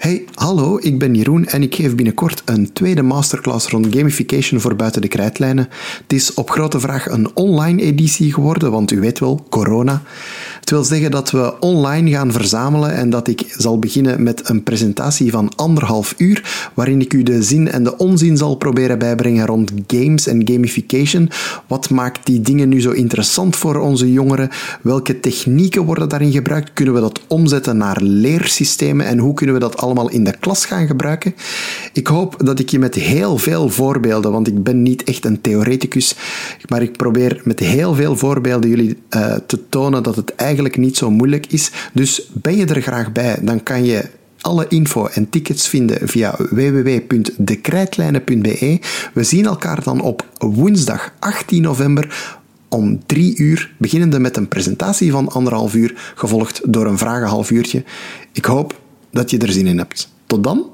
Hey, hallo, ik ben Jeroen en ik geef binnenkort een tweede masterclass rond gamification voor buiten de krijtlijnen. Het is op grote vraag een online editie geworden, want u weet wel, corona. Het wil zeggen dat we online gaan verzamelen en dat ik zal beginnen met een presentatie van 1,5 uur, waarin ik u de zin en de onzin zal proberen bijbrengen rond games en gamification. Wat maakt die dingen nu zo interessant voor onze jongeren? Welke technieken worden daarin gebruikt? Kunnen we dat omzetten naar leersystemen en hoe kunnen we dat allemaal in de klas gaan gebruiken? Ik hoop dat ik je met heel veel voorbeelden, want ik ben niet echt een theoreticus, maar ik probeer met heel veel voorbeelden jullie te tonen dat het eigenlijk niet zo moeilijk is. Dus ben je er graag bij, dan kan je alle info en tickets vinden via www.dekrijtlijnen.be. We zien elkaar dan op woensdag 18 november om 3 uur, beginnende met een presentatie van 1,5 uur, gevolgd door een vragenhalfuurtje. Ik hoop dat je er zin in hebt. Tot dan!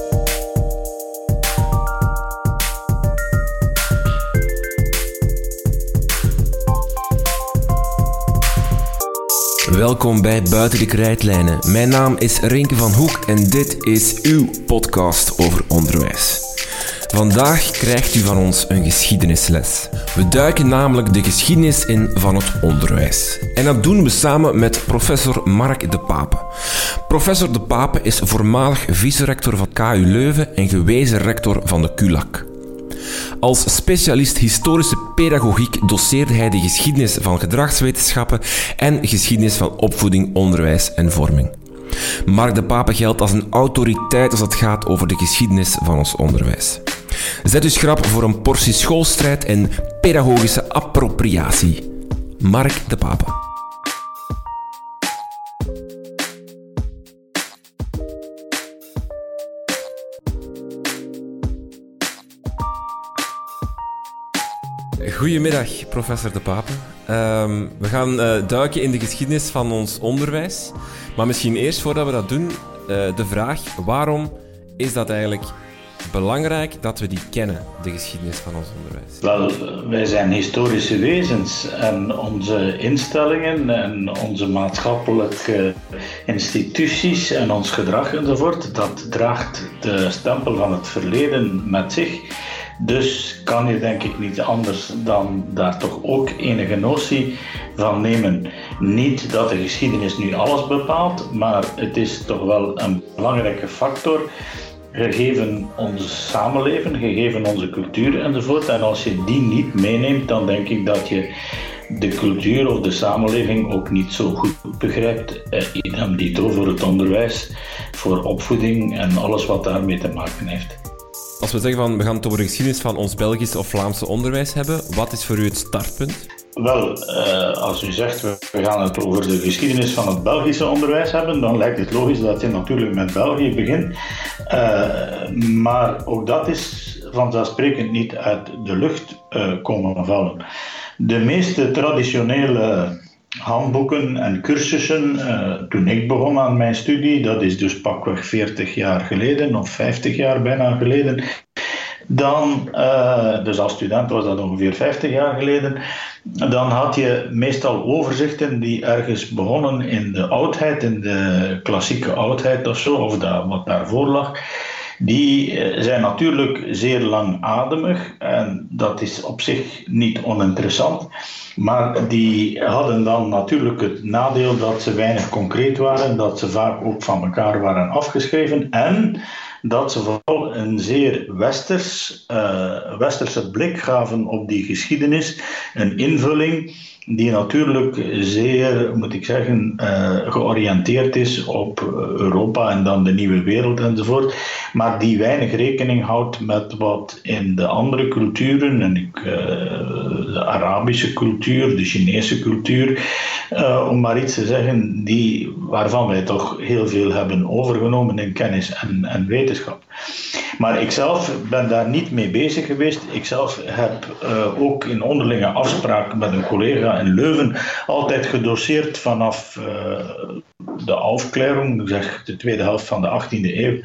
Welkom bij Buiten de Krijtlijnen. Mijn naam is Renke van Hoek en dit is uw podcast over onderwijs. Vandaag krijgt u van ons een geschiedenisles. We duiken namelijk de geschiedenis in van het onderwijs. En dat doen we samen met professor Mark de Pape. Professor de Pape is voormalig vice-rector van KU Leuven en gewezen rector van de QLAC. Als specialist historische pedagogiek doseerde hij de geschiedenis van gedragswetenschappen en geschiedenis van opvoeding, onderwijs en vorming. Mark de Pape geldt als een autoriteit als het gaat over de geschiedenis van ons onderwijs. Zet u schrap voor een portie schoolstrijd en pedagogische appropriatie. Mark de Pape. Goedemiddag, professor de Pape. We gaan duiken in de geschiedenis van ons onderwijs. Maar misschien eerst, voordat we dat doen, de vraag: waarom is dat eigenlijk belangrijk dat we die kennen, de geschiedenis van ons onderwijs? Wel, wij zijn historische wezens en onze instellingen en onze maatschappelijke instituties en ons gedrag enzovoort, dat draagt de stempel van het verleden met zich. Dus kan je denk ik niet anders dan daar toch ook enige notie van nemen. Niet dat de geschiedenis nu alles bepaalt, maar het is toch wel een belangrijke factor, gegeven onze samenleving, gegeven onze cultuur enzovoort. En als je die niet meeneemt, dan denk ik dat je de cultuur of de samenleving ook niet zo goed begrijpt. Idem dito voor het onderwijs, voor opvoeding en alles wat daarmee te maken heeft. Als we zeggen van we gaan het over de geschiedenis van ons Belgische of Vlaamse onderwijs hebben, wat is voor u het startpunt? Wel, als u zegt we gaan het over de geschiedenis van het Belgische onderwijs hebben, dan lijkt het logisch dat je natuurlijk met België begint. Maar ook dat is vanzelfsprekend niet uit de lucht komen vallen. De meeste traditionele handboeken en cursussen, toen ik begon aan mijn studie, dat is dus pakweg 40 jaar geleden of 50 jaar bijna geleden, dan, dus als student was dat ongeveer 50 jaar geleden, dan had je meestal overzichten die ergens begonnen in de oudheid, in de klassieke oudheid of zo, of wat daarvoor lag. Die zijn natuurlijk zeer langademig en dat is op zich niet oninteressant. Maar die hadden dan natuurlijk het nadeel dat ze weinig concreet waren, dat ze vaak ook van elkaar waren afgeschreven en dat ze vooral een zeer westerse blik gaven op die geschiedenis, een invulling die natuurlijk zeer, moet ik zeggen, georiënteerd is op Europa en dan de nieuwe wereld enzovoort, maar die weinig rekening houdt met wat in de andere culturen, en de Arabische cultuur, de Chinese cultuur, om maar iets te zeggen, waarvan wij toch heel veel hebben overgenomen in kennis en wetenschap. Maar ikzelf ben daar niet mee bezig geweest. Ikzelf heb ook in onderlinge afspraak met een collega in Leuven altijd gedoseerd vanaf de Aufklärung, zeg de tweede helft van de 18e eeuw,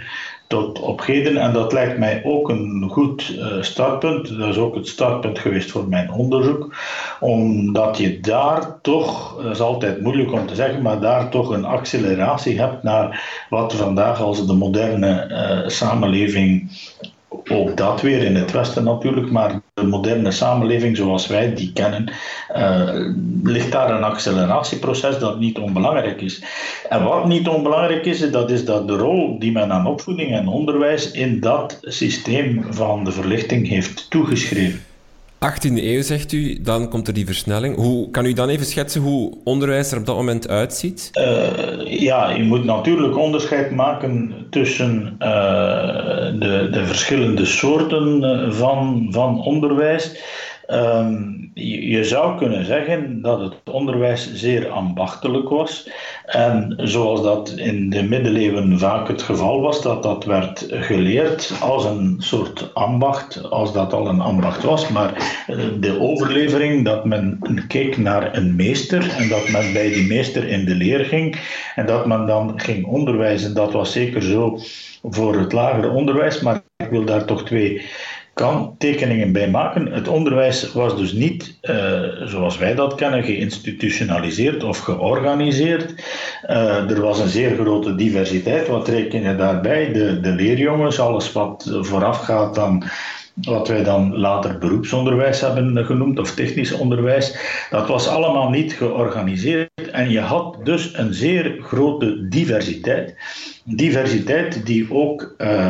tot op heden. En dat lijkt mij ook een goed startpunt. Dat is ook het startpunt geweest voor mijn onderzoek. Omdat je daar toch, dat is altijd moeilijk om te zeggen, maar daar toch een acceleratie hebt naar wat vandaag als de moderne samenleving, ook dat weer in het Westen natuurlijk, maar de moderne samenleving zoals wij die kennen, ligt daar een acceleratieproces dat niet onbelangrijk is. En wat niet onbelangrijk is, dat is dat de rol die men aan opvoeding en onderwijs in dat systeem van de verlichting heeft toegeschreven. 18e eeuw, zegt u, dan komt er die versnelling. Kan u dan even schetsen hoe onderwijs er op dat moment uitziet? Ja, je moet natuurlijk onderscheid maken tussen de verschillende soorten van onderwijs. Je zou kunnen zeggen dat het onderwijs zeer ambachtelijk was. En zoals dat in de middeleeuwen vaak het geval was, dat werd geleerd als een soort ambacht, als dat al een ambacht was. Maar de overlevering dat men keek naar een meester en dat men bij die meester in de leer ging en dat men dan ging onderwijzen, dat was zeker zo voor het lagere onderwijs. Maar ik wil daar toch twee kanttekeningen bij maken. Het onderwijs was dus niet, zoals wij dat kennen, geïnstitutionaliseerd of georganiseerd. Er was een zeer grote diversiteit. Wat reken je daarbij? De leerjongens, alles wat voorafgaat aan wat wij dan later beroepsonderwijs hebben genoemd, of technisch onderwijs, dat was allemaal niet georganiseerd. En je had dus een zeer grote diversiteit. Diversiteit die ook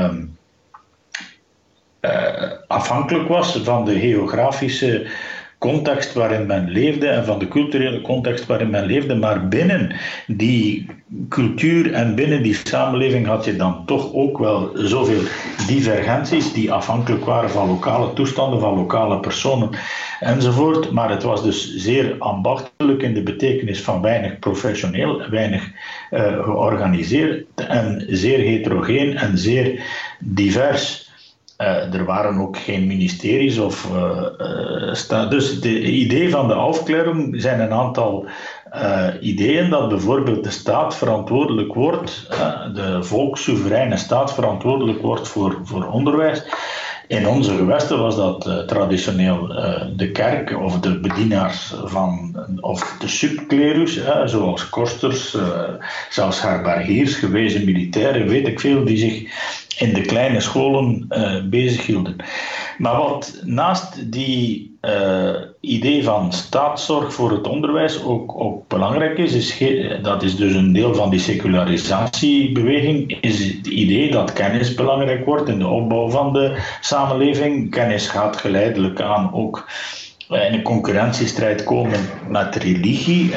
afhankelijk was van de geografische context waarin men leefde en van de culturele context waarin men leefde. Maar binnen die cultuur en binnen die samenleving had je dan toch ook wel zoveel divergenties die afhankelijk waren van lokale toestanden, van lokale personen enzovoort. Maar het was dus zeer ambachtelijk in de betekenis van weinig professioneel, weinig georganiseerd en zeer heterogeen en zeer divers. Er waren ook geen ministeries of dus het idee van de Aufklärung zijn een aantal ideeën dat bijvoorbeeld de staat verantwoordelijk wordt, de volkssoevereine staat verantwoordelijk wordt voor onderwijs. In onze gewesten was dat traditioneel de kerk of de bedienaars of de subklerus, zoals kosters, zelfs herbergiers, gewezen militairen, weet ik veel, die zich in de kleine scholen bezighielden. Maar wat naast die idee van staatszorg voor het onderwijs ook belangrijk is, dat is dus een deel van die secularisatiebeweging, is het idee dat kennis belangrijk wordt in de opbouw van de samenleving. Kennis gaat geleidelijk aan ook in een concurrentiestrijd komen met religie.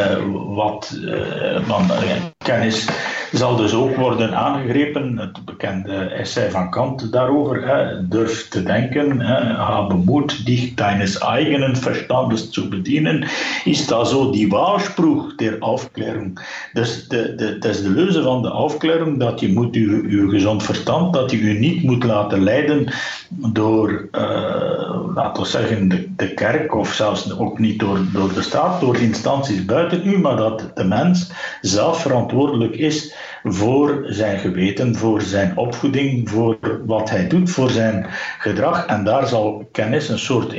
Kennis zal dus ook worden aangegrepen. Het bekende essay van Kant daarover. Durf te denken. Habe Mut, dich deines eigenen Verstandes zu bedienen. Is dat zo die Wahrspruch der Aufklärung? Dus dat is de leuze van de Aufklärung, dat je moet uw gezond verstand, dat je u niet moet laten leiden door, laten we zeggen, de kerk, of zelfs ook niet door de staat, door instanties buiten u, maar dat de mens zelf verantwoordelijk is voor zijn geweten, voor zijn opvoeding, voor wat hij doet, voor zijn gedrag. En daar zal kennis een soort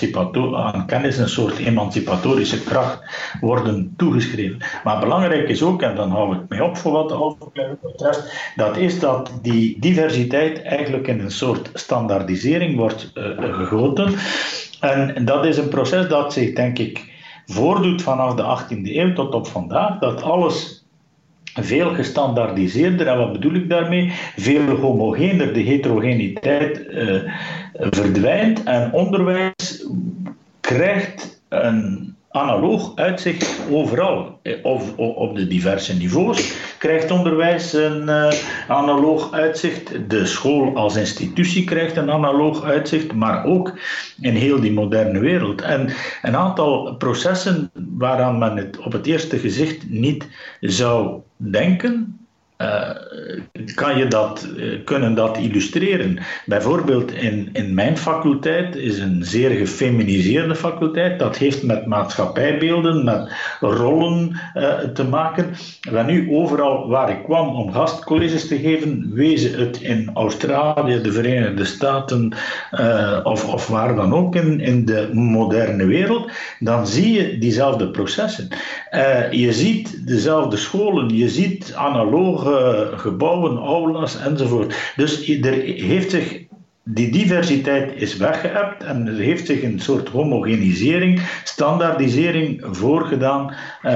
emancipatorische kracht worden toegeschreven. Maar belangrijk is ook, en dan hou ik mij op voor wat de Aufklärung betreft, dat is dat die diversiteit eigenlijk in een soort standaardisering wordt gegoten. En dat is een proces dat zich, denk ik, voordoet vanaf de 18e eeuw tot op vandaag, dat alles veel gestandaardiseerder, en wat bedoel ik daarmee? Veel homogener, de heterogeniteit verdwijnt en onderwijs krijgt een analoog uitzicht overal. Of op de diverse niveaus krijgt onderwijs een analoog uitzicht. De school als institutie krijgt een analoog uitzicht, maar ook in heel die moderne wereld. En een aantal processen waaraan men het op het eerste gezicht niet zou denken, kunnen dat illustreren. Bijvoorbeeld in mijn faculteit is een zeer gefeminiseerde faculteit. Dat heeft met maatschappijbeelden, met rollen te maken. Nu overal waar ik kwam om gastcolleges te geven, wezen het in Australië, de Verenigde Staten of waar dan ook in de moderne wereld, dan zie je diezelfde processen. Je ziet dezelfde scholen, je ziet analoge gebouwen, aulas enzovoort. Dus die diversiteit is weggeëpt en er heeft zich een soort homogenisering, standaardisering voorgedaan.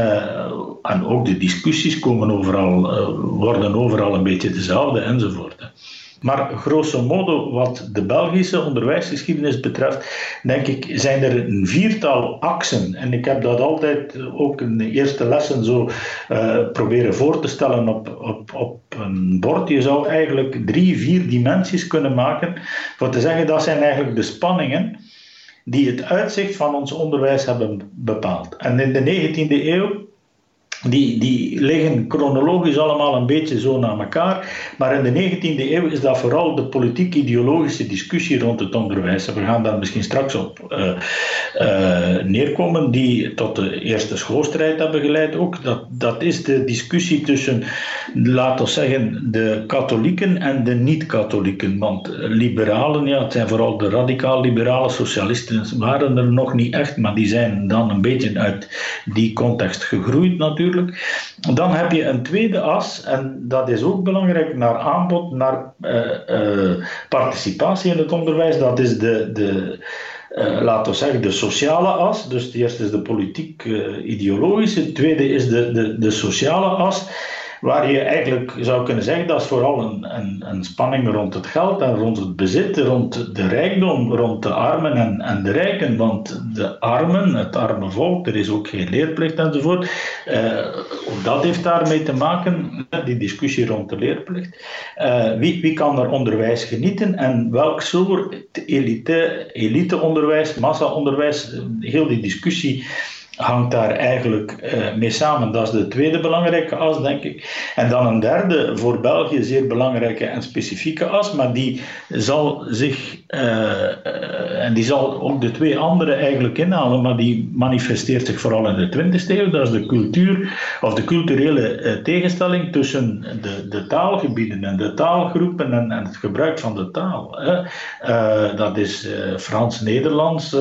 En ook de discussies worden overal een beetje dezelfde enzovoort. Maar grosso modo, wat de Belgische onderwijsgeschiedenis betreft, denk ik, zijn er een 4-tal aksen. En ik heb dat altijd ook in de eerste lessen zo proberen voor te stellen op een bord. Je zou eigenlijk 3-4 dimensies kunnen maken voor te zeggen dat zijn eigenlijk de spanningen die het uitzicht van ons onderwijs hebben bepaald. En in de 19e eeuw, die liggen chronologisch allemaal een beetje zo naar elkaar. Maar in de 19e eeuw is dat vooral de politiek-ideologische discussie rond het onderwijs. We gaan daar misschien straks op neerkomen, die tot de eerste schoolstrijd hebben geleid ook. Dat is de discussie tussen, laten we zeggen, de katholieken en de niet-katholieken. Want liberalen, het zijn vooral de radicaal-liberale socialisten, waren er nog niet echt, maar die zijn dan een beetje uit die context gegroeid natuurlijk. Dan heb je een tweede as, en dat is ook belangrijk, naar aanbod, naar participatie in het onderwijs. Dat is laten we zeggen, de sociale as. Dus de eerste is de politiek-ideologische, de tweede is de sociale as. Waar je eigenlijk zou kunnen zeggen, dat is vooral een spanning rond het geld en rond het bezit, rond de rijkdom, rond de armen en de rijken. Want de armen, het arme volk, er is ook geen leerplicht enzovoort. Ook dat heeft daarmee te maken, die discussie rond de leerplicht. Wie kan er onderwijs genieten en welk soort eliteonderwijs, massaonderwijs, heel die discussie hangt daar eigenlijk mee samen. Dat is de tweede belangrijke as, denk ik. En dan een derde, voor België zeer belangrijke en specifieke as, maar die zal en die zal ook de twee andere eigenlijk inhalen, maar die manifesteert zich vooral in de 20e eeuw. Dat is de cultuur, of de culturele tegenstelling tussen de taalgebieden en de taalgroepen en het gebruik van de taal. Dat is Frans-Nederlands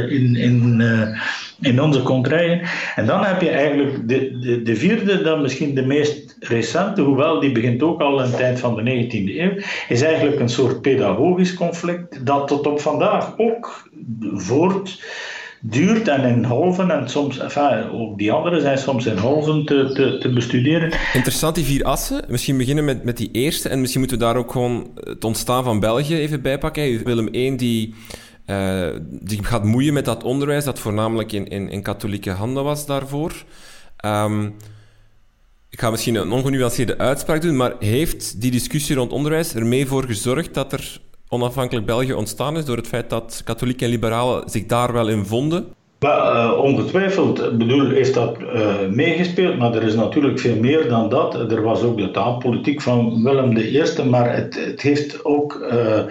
in onze contraien. En dan heb je eigenlijk de vierde, dan misschien de meest recente, hoewel die begint ook al in de tijd van de 19e eeuw, is eigenlijk een soort pedagogisch conflict dat tot op vandaag ook voortduurt en in golven en soms, ook die andere zijn soms in golven te bestuderen. Interessant, die 4 assen. Misschien beginnen met die eerste en misschien moeten we daar ook gewoon het ontstaan van België even bij pakken. Willem I die gaat moeien met dat onderwijs dat voornamelijk in katholieke handen was daarvoor. Ik ga misschien een ongenuanceerde uitspraak doen, maar heeft die discussie rond onderwijs ermee voor gezorgd dat er onafhankelijk België ontstaan is door het feit dat katholieken en liberalen zich daar wel in vonden? Ongetwijfeld, heeft dat meegespeeld, maar er is natuurlijk veel meer dan dat. Er was ook de taalpolitiek van Willem I, maar het heeft ook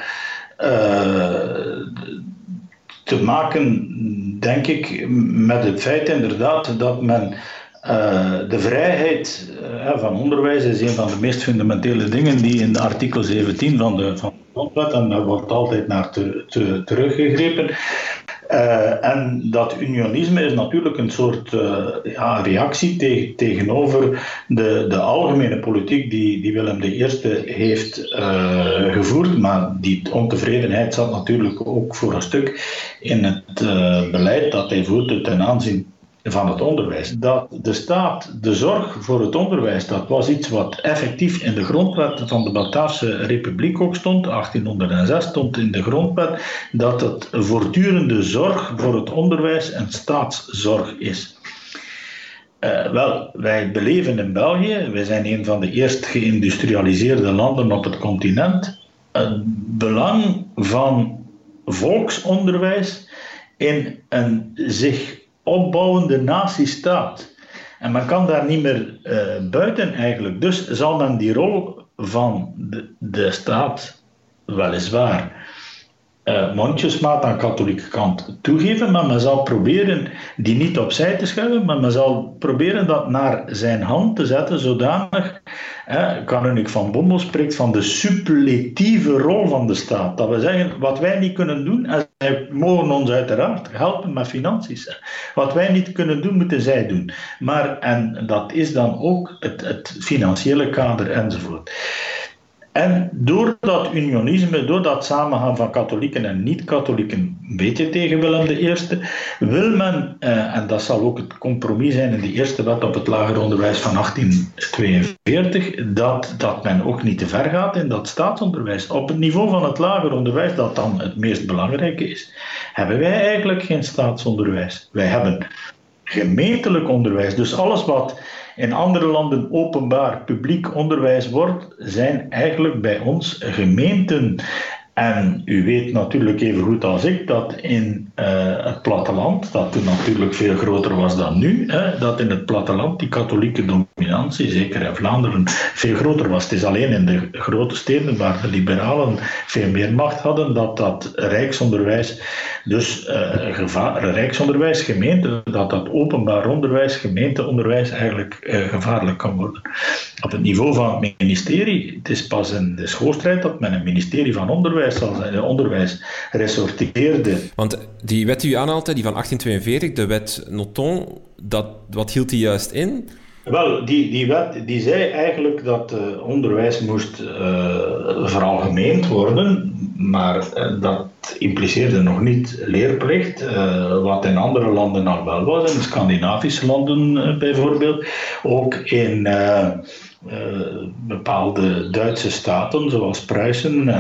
te maken, denk ik, met het feit inderdaad dat men de vrijheid van onderwijs is een van de meest fundamentele dingen die in artikel 17 van de grondwet, en daar wordt altijd naar teruggegrepen. En dat unionisme is natuurlijk een soort reactie tegenover de algemene politiek die Willem I heeft gevoerd, maar die ontevredenheid zat natuurlijk ook voor een stuk in het beleid dat hij voerde ten aanzien van het onderwijs. Dat de staat, de zorg voor het onderwijs, dat was iets wat effectief in de grondwet van de Bataafse Republiek ook stond. 1806 stond in de grondwet dat het voortdurende zorg voor het onderwijs een staatszorg is. Wij beleven in België, wij zijn een van de eerst geïndustrialiseerde landen op het continent, het belang van volksonderwijs in een zich opbouwende natiestaat. En men kan daar niet meer buiten eigenlijk. Dus zal men die rol van de staat, weliswaar, mondjesmaat aan de katholieke kant toegeven, maar men zal proberen die niet opzij te schuiven, maar men zal proberen dat naar zijn hand te zetten, zodanig, Kanunnik van Bommel spreekt van de suppletieve rol van de staat. Dat we zeggen, wat wij niet kunnen doen, en zij mogen ons uiteraard helpen met financiën. Wat wij niet kunnen doen, moeten zij doen. En dat is dan ook het financiële kader enzovoort. En door dat unionisme, door dat samengaan van katholieken en niet-katholieken, een beetje tegen Willem I, wil men, en dat zal ook het compromis zijn in de eerste wet op het lager onderwijs van 1842, dat men ook niet te ver gaat in dat staatsonderwijs. Op het niveau van het lager onderwijs, dat dan het meest belangrijke is, hebben wij eigenlijk geen staatsonderwijs. Wij hebben gemeentelijk onderwijs. Dus alles wat in andere landen openbaar publiek onderwijs wordt, zijn eigenlijk bij ons gemeenten. En u weet natuurlijk even goed als ik dat in het platteland, dat toen natuurlijk veel groter was dan nu, dat in het platteland die katholieke dominantie, zeker in Vlaanderen, veel groter was. Het is alleen in de grote steden waar de liberalen veel meer macht hadden, dat rijksonderwijs, dus rijksonderwijs, gemeente, dat openbaar onderwijs, gemeenteonderwijs eigenlijk gevaarlijk kan worden. Op het niveau van het ministerie, het is pas in de schoolstrijd dat men een ministerie van onderwijs zal zijn, de onderwijs resorteerde. Want die wet die u aanhaalt, die van 1842, de wet Nothomb, wat hield die juist in? Wel, die wet die zei eigenlijk dat onderwijs moest veralgemeend worden, maar dat impliceerde nog niet leerplicht, wat in andere landen al wel was, in Scandinavische landen bijvoorbeeld, ook in bepaalde Duitse staten, zoals Pruisen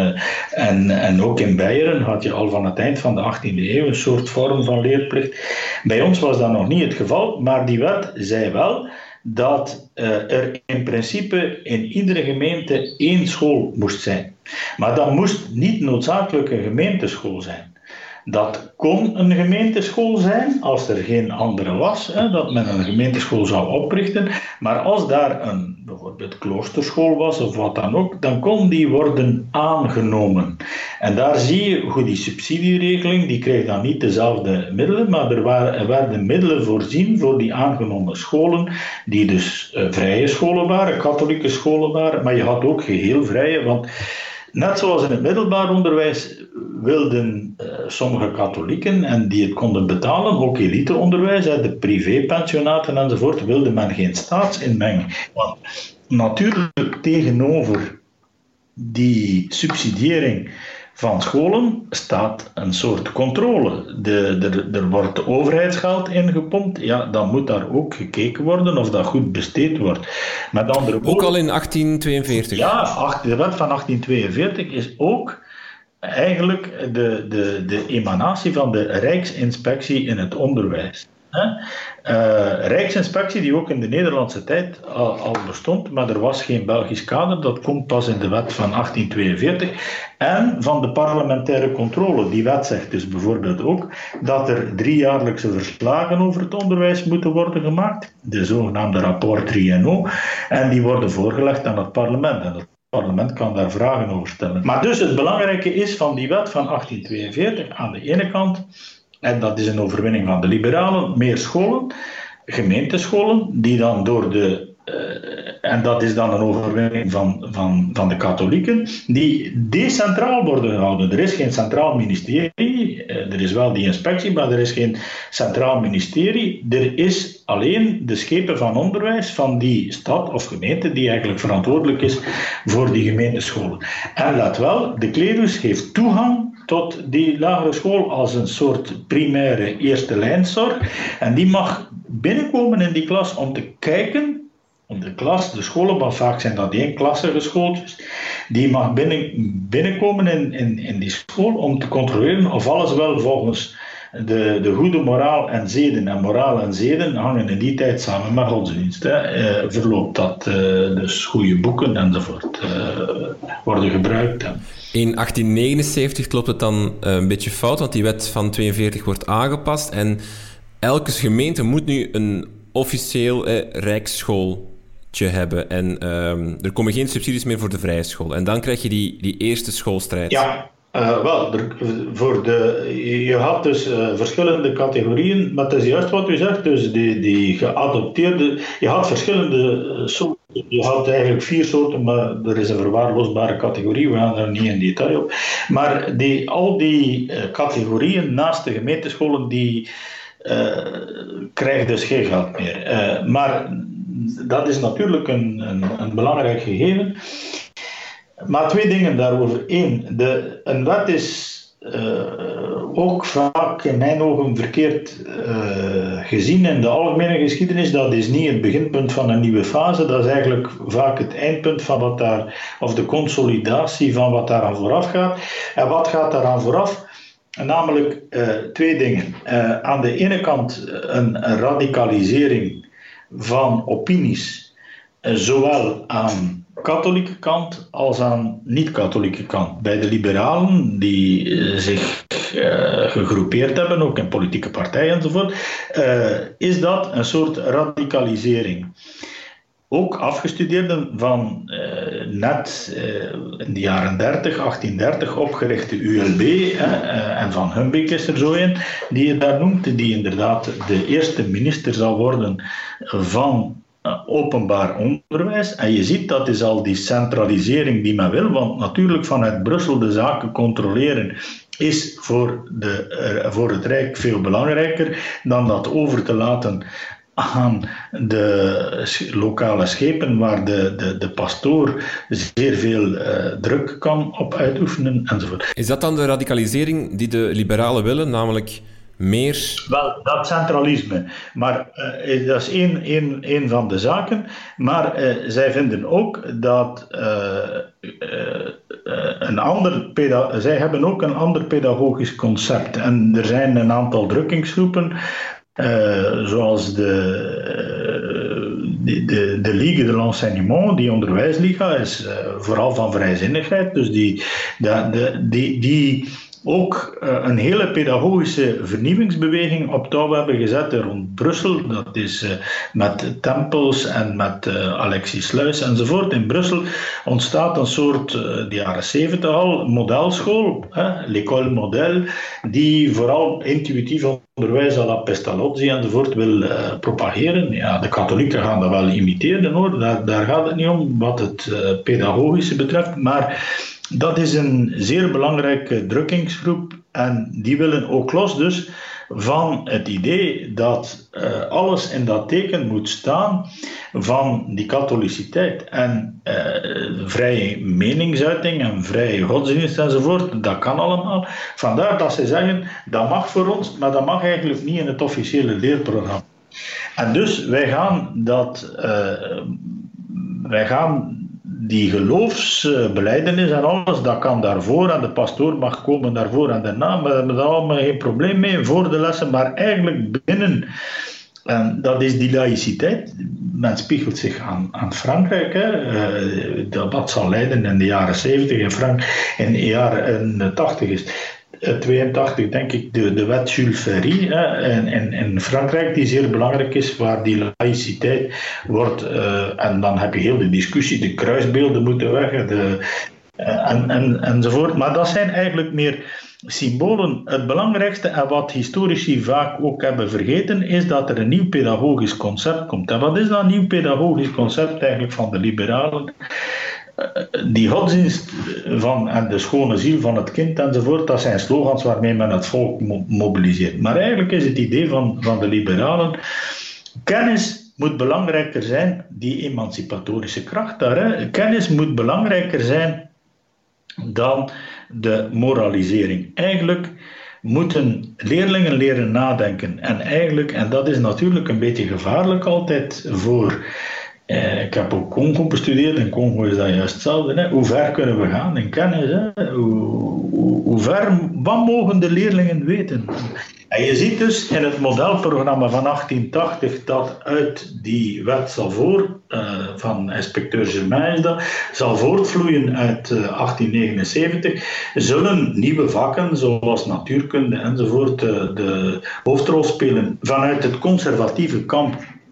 en ook in Beieren had je al van het eind van de 18e eeuw een soort vorm van leerplicht. Bij ons was dat nog niet het geval, maar die wet zei wel dat er in principe in iedere gemeente 1 school moest zijn. Maar dat moest niet noodzakelijk een gemeenteschool zijn. Dat kon een gemeenteschool zijn als er geen andere was, dat men een gemeenteschool zou oprichten. Maar als daar een bijvoorbeeld kloosterschool was of wat dan ook, dan kon die worden aangenomen. En daar zie je hoe die subsidieregeling, die kreeg dan niet dezelfde middelen, maar er werden middelen voorzien voor die aangenomen scholen, die dus vrije scholen waren, katholieke scholen waren, maar je had ook geheel vrije, want net zoals in het middelbaar onderwijs wilden sommige katholieken, en die het konden betalen, ook eliteonderwijs, de privépensionaten enzovoort, wilde men geen staatsinmenging. Want natuurlijk tegenover die subsidiëring van scholen staat een soort controle. Er wordt overheidsgeld ingepompt, ja, dan moet daar ook gekeken worden of dat goed besteed wordt. Met andere woorden, ook al in 1842? Ja, de wet van 1842 is ook eigenlijk de emanatie van de Rijksinspectie in het onderwijs. Rijksinspectie die ook in de Nederlandse tijd al bestond, maar er was geen Belgisch kader, dat komt pas in de wet van 1842. En van de parlementaire controle. Die wet zegt dus bijvoorbeeld ook dat er 3-jaarlijkse verslagen over het onderwijs moeten worden gemaakt, de zogenaamde rapport triennaux, en die worden voorgelegd aan het parlement. En het parlement kan daar vragen over stellen. Maar dus het belangrijke is van die wet van 1842 aan de ene kant, en dat is een overwinning van de liberalen, meer scholen, gemeentescholen, die dan door de en dat is dan een overwinning van de katholieken, die decentraal worden gehouden. Er is geen centraal ministerie, er is wel die inspectie, maar er is geen centraal ministerie. Er is alleen de schepen van onderwijs van die stad of gemeente die eigenlijk verantwoordelijk is voor die gemeentescholen. En let wel, de klerus heeft toegang tot die lagere school als een soort primaire eerste lijnszorg. En die mag binnenkomen in die klas om te kijken. De scholen, maar vaak zijn dat 1-klassige schooltjes, die mag binnenkomen in die school om te controleren of alles wel volgens de goede moraal en zeden. En moraal en zeden hangen in die tijd samen met godsdienst. Verloopt dat, dus goede boeken enzovoort worden gebruikt. In 1879 klopt het dan een beetje fout, want die wet van 42 wordt aangepast en elke gemeente moet nu een officieel rijksschool hebben en er komen geen subsidies meer voor de vrije school. En dan krijg je die eerste schoolstrijd. Ja. Je had dus verschillende categorieën, maar het is juist wat u zegt, dus die geadopteerde, je had verschillende soorten, je had eigenlijk 4 soorten, maar er is een verwaarloosbare categorie, we gaan er niet in detail op. Maar al die categorieën naast de gemeentescholen, die krijgen dus geen geld meer. Maar dat is natuurlijk een belangrijk gegeven. Maar 2 dingen daarover. 1, een wet is ook vaak in mijn ogen verkeerd gezien in de algemene geschiedenis. Dat is niet het beginpunt van een nieuwe fase, dat is eigenlijk vaak het eindpunt van of de consolidatie van wat daaraan vooraf gaat. En wat gaat daaraan vooraf? Namelijk 2 dingen. Aan de ene kant een radicalisering van opinies, zowel aan katholieke kant als aan niet-katholieke kant. Bij de liberalen, die zich gegroepeerd hebben, ook in politieke partijen enzovoort, is dat een soort radicalisering. Ook afgestudeerden van net in de jaren 1830 opgerichte ULB, en Van Humbeek is er zo een, die je daar noemt, die inderdaad de eerste minister zal worden van openbaar onderwijs. En je ziet, dat is al die centralisering die men wil, want natuurlijk vanuit Brussel de zaken controleren is voor het Rijk veel belangrijker dan dat over te laten aan de lokale schepen, waar de pastoor zeer veel druk kan op uitoefenen enzovoort. Is dat dan de radicalisering die de liberalen willen, namelijk meer? Wel, dat centralisme. Maar dat is één van de zaken. Maar zij vinden ook dat zij hebben ook een ander pedagogisch concept. En er zijn een aantal drukkingsgroepen, zoals de Ligue de l'Enseignement, die onderwijsliga, is vooral van vrijzinnigheid. Dus die ook een hele pedagogische vernieuwingsbeweging op touw hebben gezet rond Brussel. Dat is met Tempels en met Alexis Sluis enzovoort. In Brussel ontstaat een soort, de jaren 70 al, modelschool, l'école model, die vooral intuïtief onderwijs à la Pestalozzi enzovoort wil propageren. Ja, de katholieken gaan dat wel imiteren hoor, daar gaat het niet om wat het pedagogische betreft, maar dat is een zeer belangrijke drukkingsgroep en die willen ook los dus van het idee dat alles in dat teken moet staan van die katholiciteit en vrije meningsuiting en vrije godsdienst enzovoort, dat kan allemaal. Vandaar dat ze zeggen, dat mag voor ons, maar dat mag eigenlijk niet in het officiële leerprogramma. En dus wij gaan die geloofsbelijdenis en alles, dat kan daarvoor en de pastoor mag komen daarvoor en daarna, maar we hebben daar allemaal geen probleem mee voor de lessen, maar eigenlijk binnen, en dat is die laïciteit. Men spiegelt zich aan Frankrijk, dat zal leiden in de jaren 70, in de jaren 80 is 82 denk ik de wet Jules Ferry in Frankrijk, die zeer belangrijk is, waar die laïciteit wordt, en dan heb je heel de discussie, de kruisbeelden moeten weg enzovoort, maar dat zijn eigenlijk meer symbolen. Het belangrijkste, en wat historici vaak ook hebben vergeten, is dat er een nieuw pedagogisch concept komt. En wat is dat nieuw pedagogisch concept eigenlijk van de liberalen? Die godsdienst en de schone ziel van het kind enzovoort, dat zijn slogans waarmee men het volk mobiliseert. Maar eigenlijk is het idee van de liberalen, kennis moet belangrijker zijn, die emancipatorische kracht daar. Kennis moet belangrijker zijn dan de moralisering. Eigenlijk moeten leerlingen leren nadenken. En dat is natuurlijk een beetje gevaarlijk altijd voor... ik heb ook Congo bestudeerd, in Congo is dat juist hetzelfde. Hoe ver kunnen we gaan in kennis? Hoe ver, wat mogen de leerlingen weten? En je ziet dus in het modelprogramma van 1880 dat uit die wet van inspecteur Germain zal voortvloeien uit 1879, zullen nieuwe vakken zoals natuurkunde enzovoort de hoofdrol spelen vanuit het conservatieve kamp.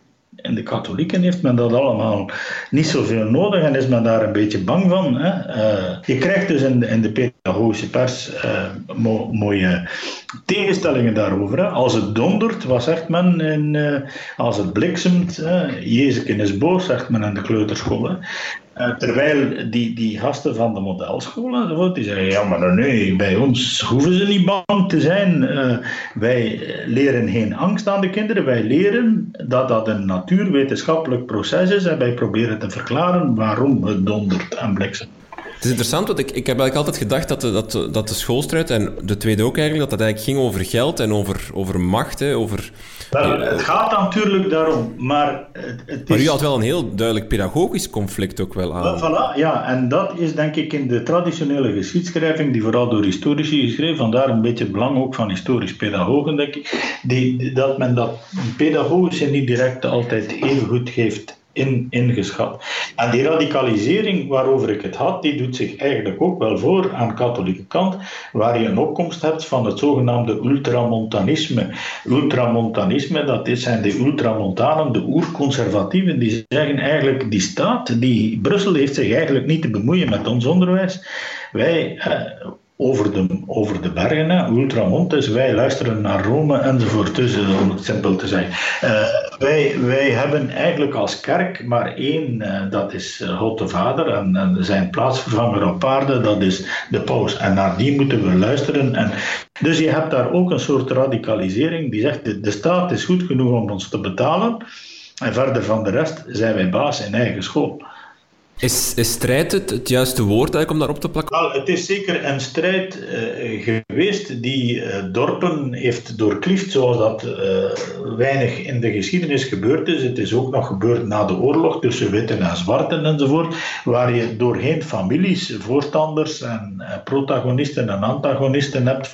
In de katholieken heeft men dat allemaal niet zoveel nodig en is men daar een beetje bang van. Hè. Je krijgt dus in de pedagogische pers mooie tegenstellingen daarover. Hè. Als het dondert, wat zegt men? Als het bliksemt, Jezeken is boos, zegt men in de kleuterschool. Hè. Terwijl die gasten van de modelschool enzovoort, die zeggen, ja maar nee, bij ons hoeven ze niet bang te zijn. Wij leren geen angst aan de kinderen, wij leren dat dat een natuurwetenschappelijk proces is en wij proberen te verklaren waarom het dondert en bliksemt. Het is interessant, want ik heb eigenlijk altijd gedacht dat de schoolstrijd, en de tweede ook eigenlijk, dat eigenlijk ging over geld en over macht. Hè, Wel, het gaat natuurlijk daarom, maar... Maar u had wel een heel duidelijk pedagogisch conflict ook wel aan. Voilà, ja, en dat is denk ik in de traditionele geschiedschrijving, die vooral door historici geschreven, vandaar een beetje het belang ook van historisch pedagogen, denk ik, dat men dat pedagogische niet direct altijd even goed heeft ingeschat. En die radicalisering waarover ik het had, die doet zich eigenlijk ook wel voor aan de katholieke kant, waar je een opkomst hebt van het zogenaamde ultramontanisme. Ultramontanisme, dat zijn de ultramontanen, de oerconservatieven, die zeggen eigenlijk, die staat, Brussel heeft zich eigenlijk niet te bemoeien met ons onderwijs. Wij... over de bergen, ultramontes, wij luisteren naar Rome enzovoort, dus, om het simpel te zeggen. Wij hebben eigenlijk als kerk maar één, dat is God de Vader, en zijn plaatsvervanger op aarde, dat is de paus. En naar die moeten we luisteren. Dus je hebt daar ook een soort radicalisering die zegt, de staat is goed genoeg om ons te betalen, en verder van de rest zijn wij baas in eigen school. Is strijd het juiste woord eigenlijk om daarop te plakken? Wel, het is zeker een strijd geweest die dorpen heeft doorkliefd, zoals dat weinig in de geschiedenis gebeurd is. Het is ook nog gebeurd na de oorlog tussen witten en zwarten enzovoort, waar je doorheen families, voorstanders en protagonisten en antagonisten hebt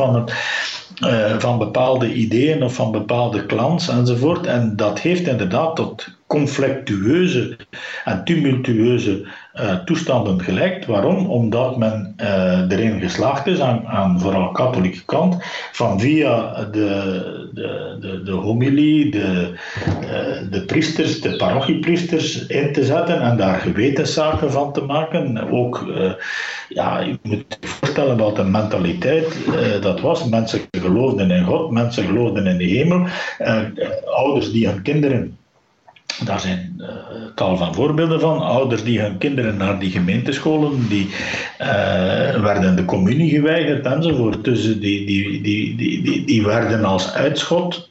van bepaalde ideeën of van bepaalde clans enzovoort. En dat heeft inderdaad tot conflictueuze en tumultueuze toestanden geleid. Waarom? Omdat men erin geslaagd is, aan vooral katholieke kant, van via de homilie, de priesters, de parochiepriesters in te zetten en daar gewetenszaken van te maken. Ook, je moet je voorstellen wat een mentaliteit dat was. Mensen geloofden in God, mensen geloofden in de hemel. Ouders die hun kinderen... Daar zijn tal van voorbeelden van. Ouders die hun kinderen naar die gemeentescholen, die werden de communie geweigerd enzovoort. Dus die werden als uitschot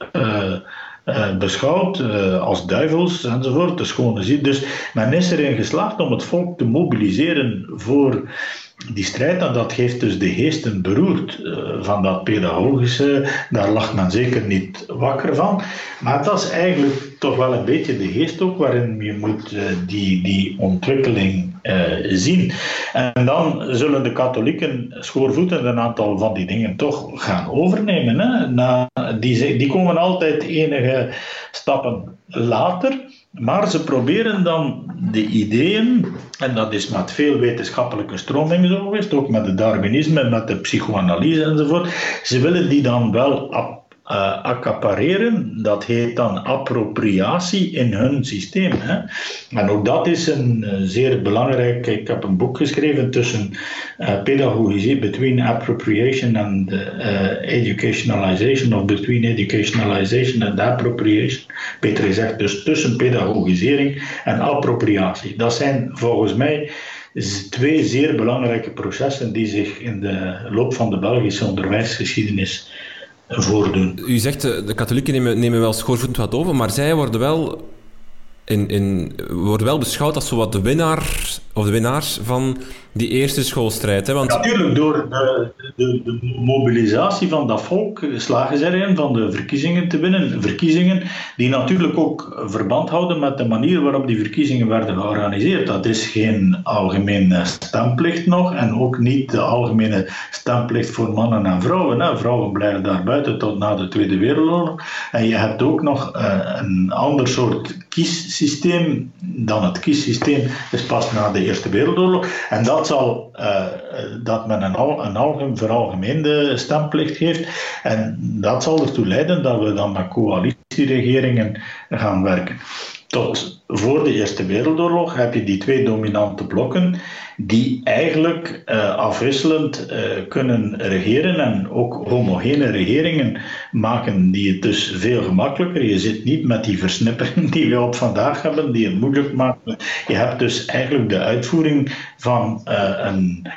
beschouwd, als duivels enzovoort, de schone ziel. Dus men is erin geslaagd om het volk te mobiliseren voor die strijd, en dat heeft dus de geesten beroerd van dat pedagogische. Daar lag men zeker niet wakker van. Maar dat is eigenlijk toch wel een beetje de geest ook waarin je moet die ontwikkeling zien. En dan zullen de katholieken schoorvoetend een aantal van die dingen toch gaan overnemen. Hè? Die komen altijd enige stappen later. Maar ze proberen dan de ideeën, en dat is met veel wetenschappelijke stromingen zo geweest, ook met het Darwinisme, met de psychoanalyse enzovoort, ze willen die dan wel accapareren. Dat heet dan appropriatie in hun systeem. Hè. En ook dat is een zeer belangrijk... Ik heb een boek geschreven tussen pedagogie, between appropriation and educationalization, of between educationalization and appropriation. Peter zegt dus tussen pedagogisering en appropriatie. Dat zijn volgens mij twee zeer belangrijke processen die zich in de loop van de Belgische onderwijsgeschiedenis voordoen. U zegt de katholieken nemen wel schoorvoetend wat over, maar zij worden wel beschouwd als zowat de winnaars van die eerste schoolstrijd. Hè? Want... Natuurlijk, door de mobilisatie van dat volk slagen zij erin van de verkiezingen te winnen. Verkiezingen die natuurlijk ook verband houden met de manier waarop die verkiezingen werden georganiseerd. Dat is geen algemene stemplicht nog, en ook niet de algemene stemplicht voor mannen en vrouwen. Hè. Vrouwen blijven daar buiten tot na de Tweede Wereldoorlog. En je hebt ook nog een ander soort kiessysteem dan het kiessysteem is pas na de Eerste Wereldoorlog. En dat men een veralgemeende stemplicht geeft. En dat zal ertoe leiden dat we dan met coalitieregeringen gaan werken. tot voor de Eerste Wereldoorlog heb je die 2 dominante blokken die eigenlijk afwisselend kunnen regeren en ook homogene regeringen maken die het dus veel gemakkelijker. Je zit niet met die versnippering die we op vandaag hebben, die het moeilijk maken. Je hebt dus eigenlijk de uitvoering van een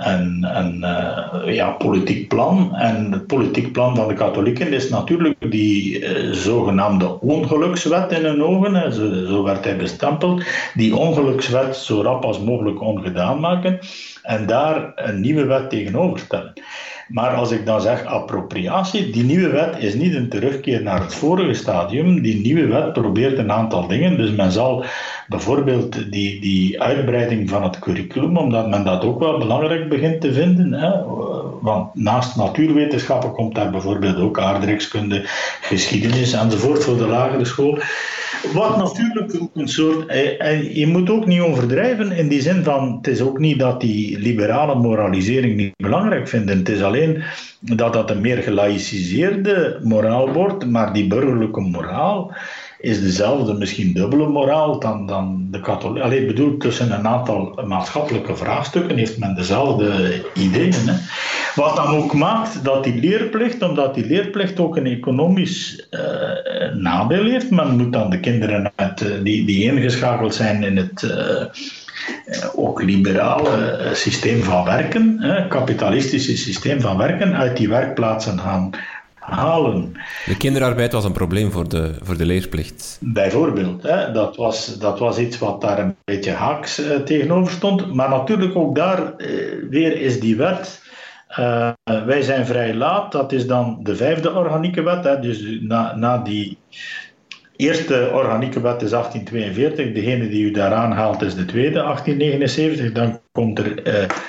politiek plan. En het politiek plan van de katholieken is natuurlijk die zogenaamde ongelukswet in hun ogen. Zo werd hij bestempeld. Die ongelukswet zo rap als mogelijk ongedaan maken en daar een nieuwe wet tegenover stellen. Maar als ik dan zeg appropriatie, die nieuwe wet is niet een terugkeer naar het vorige stadium. Die nieuwe wet probeert een aantal dingen. Dus men zal bijvoorbeeld die uitbreiding van het curriculum, omdat men dat ook wel belangrijk begint te vinden. Hè? Want naast natuurwetenschappen komt daar bijvoorbeeld ook aardrijkskunde, geschiedenis enzovoort voor de lagere school. Wat natuurlijk ook een soort... Je moet ook niet overdrijven in die zin van... Het is ook niet dat die liberale moralisering niet belangrijk vinden. Het is alleen dat dat een meer gelaïciseerde moraal wordt. Maar die burgerlijke moraal is dezelfde, misschien dubbele moraal dan de katholiek. Alleen bedoel, tussen een aantal maatschappelijke vraagstukken heeft men dezelfde ideeën. Hè. Wat dan ook maakt dat die leerplicht, omdat die leerplicht ook een economisch nadeel heeft, men moet dan de kinderen die ingeschakeld zijn in het ook liberale systeem van werken, kapitalistische systeem van werken, uit die werkplaatsen gaan halen. De kinderarbeid was een probleem voor de leerplicht. Bijvoorbeeld, hè, dat was iets wat daar een beetje haaks tegenover stond. Maar natuurlijk ook daar weer is die wet. Wij zijn vrij laat, dat is dan de 5e organieke wet. Hè, dus na die eerste organieke wet is 1842, degene die u daaraan haalt is de tweede, 1879. Dan komt er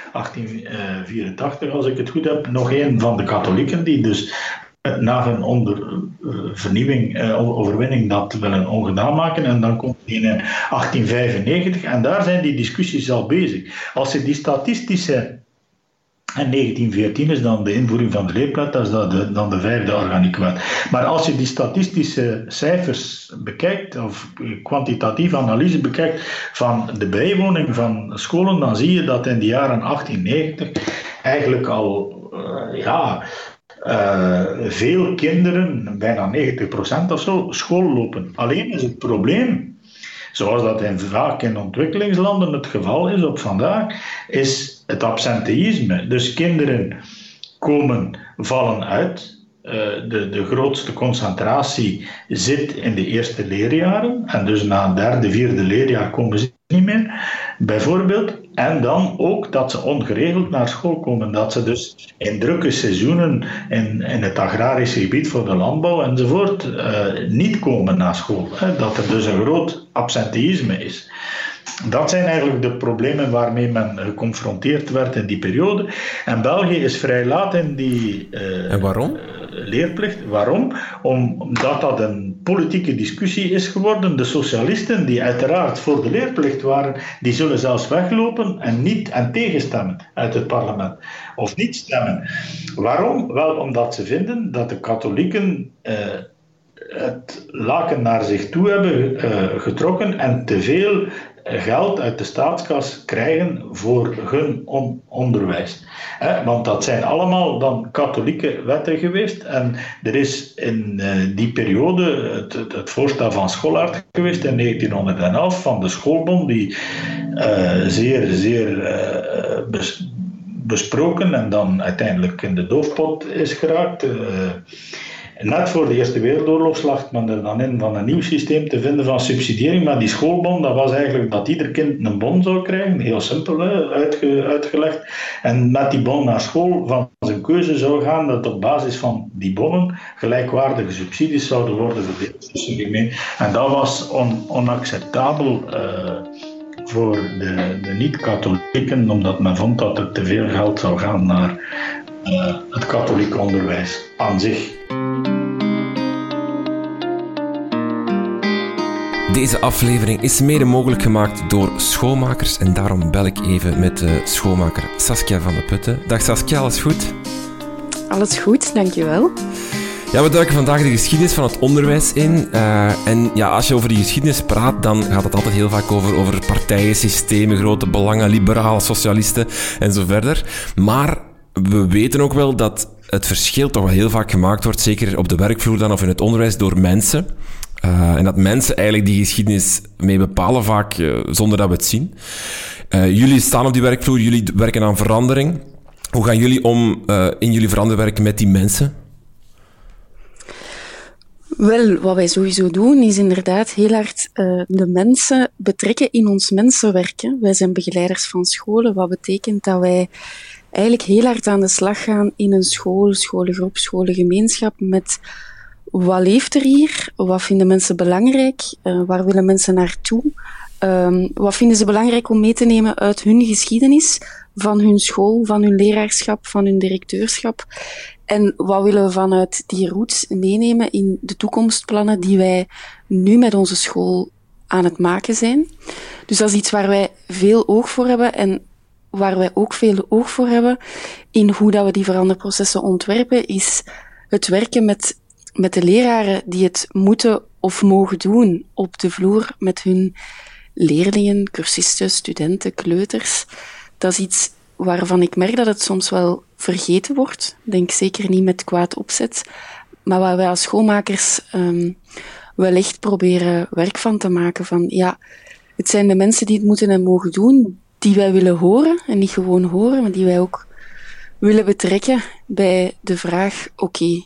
1884, als ik het goed heb, nog één van de katholieken, die dus na een overwinning dat willen ongedaan maken. En dan komt die in 1895 en daar zijn die discussies al bezig. Als je die statistische... En 1914 is dan de invoering van de leerplicht, dat is dan de 5e organieke wet. Maar als je die statistische cijfers bekijkt, of kwantitatieve analyse bekijkt van de bijwoning van scholen, dan zie je dat in de jaren 1890 eigenlijk al veel kinderen, bijna 90% of zo, school lopen. Alleen is het probleem, zoals dat vaak in ontwikkelingslanden het geval is op vandaag, is het absenteïsme. Dus kinderen vallen uit. De grootste concentratie zit in de eerste leerjaren. En dus na het 3e, 4e leerjaar komen ze niet meer, bijvoorbeeld. En dan ook dat ze ongeregeld naar school komen. Dat ze dus in drukke seizoenen in het agrarische gebied voor de landbouw enzovoort niet komen naar school. Dat er dus een groot absenteïsme is. Dat zijn eigenlijk de problemen waarmee men geconfronteerd werd in die periode. En België is vrij laat in die leerplicht. Waarom? Omdat dat een politieke discussie is geworden. De socialisten, die uiteraard voor de leerplicht waren, die zullen zelfs weglopen en tegenstemmen uit het parlement. Of niet stemmen. Waarom? Wel omdat ze vinden dat de katholieken het laken naar zich toe hebben getrokken en te veel geld uit de staatskas krijgen voor hun onderwijs. Want dat zijn allemaal dan katholieke wetten geweest en er is in die periode het voorstel van Schollaert geweest in 1911 van de schoolbond die zeer besproken en dan uiteindelijk in de doofpot is geraakt. Net voor de Eerste Wereldoorlog slaagt men er dan in van een nieuw systeem te vinden van subsidiëring. Maar die schoolbon, dat was eigenlijk dat ieder kind een bon zou krijgen. Heel simpel uitgelegd. En met die bon naar school van zijn keuze zou gaan, dat op basis van die bonnen gelijkwaardige subsidies zouden worden verdeeld tussen de gemeen. En dat was onacceptabel voor de niet-katholieken, omdat men vond dat er te veel geld zou gaan naar het katholiek onderwijs aan zich. Deze aflevering is mede mogelijk gemaakt door schoonmakers en daarom bel ik even met schoonmaker Saskia van de Putten. Dag Saskia, alles goed? Alles goed, dankjewel. Ja, we duiken vandaag de geschiedenis van het onderwijs in. En ja, als je over die geschiedenis praat, dan gaat het altijd heel vaak over partijen, systemen, grote belangen, liberalen, socialisten en zo verder. Maar we weten ook wel dat het verschil toch wel heel vaak gemaakt wordt, zeker op de werkvloer dan of in het onderwijs, door mensen. En dat mensen eigenlijk die geschiedenis mee bepalen, vaak zonder dat we het zien. Jullie staan op die werkvloer, jullie werken aan verandering. Hoe gaan jullie om in jullie veranderwerken met die mensen? Wel, wat wij sowieso doen, is inderdaad heel hard de mensen betrekken in ons mensenwerk. Wij zijn begeleiders van scholen, wat betekent dat wij eigenlijk heel hard aan de slag gaan in een school, scholengroep, scholengemeenschap met wat leeft er hier, wat vinden mensen belangrijk, waar willen mensen naartoe, wat vinden ze belangrijk om mee te nemen uit hun geschiedenis, van hun school, van hun leraarschap, van hun directeurschap. En wat willen we vanuit die roots meenemen in de toekomstplannen die wij nu met onze school aan het maken zijn. Dus dat is iets waar wij veel oog voor hebben en waar wij ook veel oog voor hebben in hoe dat we die veranderprocessen ontwerpen, is het werken met de leraren die het moeten of mogen doen op de vloer met hun leerlingen, cursisten, studenten, kleuters. Dat is iets waarvan ik merk dat het soms wel vergeten wordt. Ik denk zeker niet met kwaad opzet. Maar waar wij als schoolmakers wel echt proberen werk van te maken. Van ja, het zijn de mensen die het moeten en mogen doen, die wij willen horen. En niet gewoon horen, maar die wij ook willen betrekken bij de vraag, oké,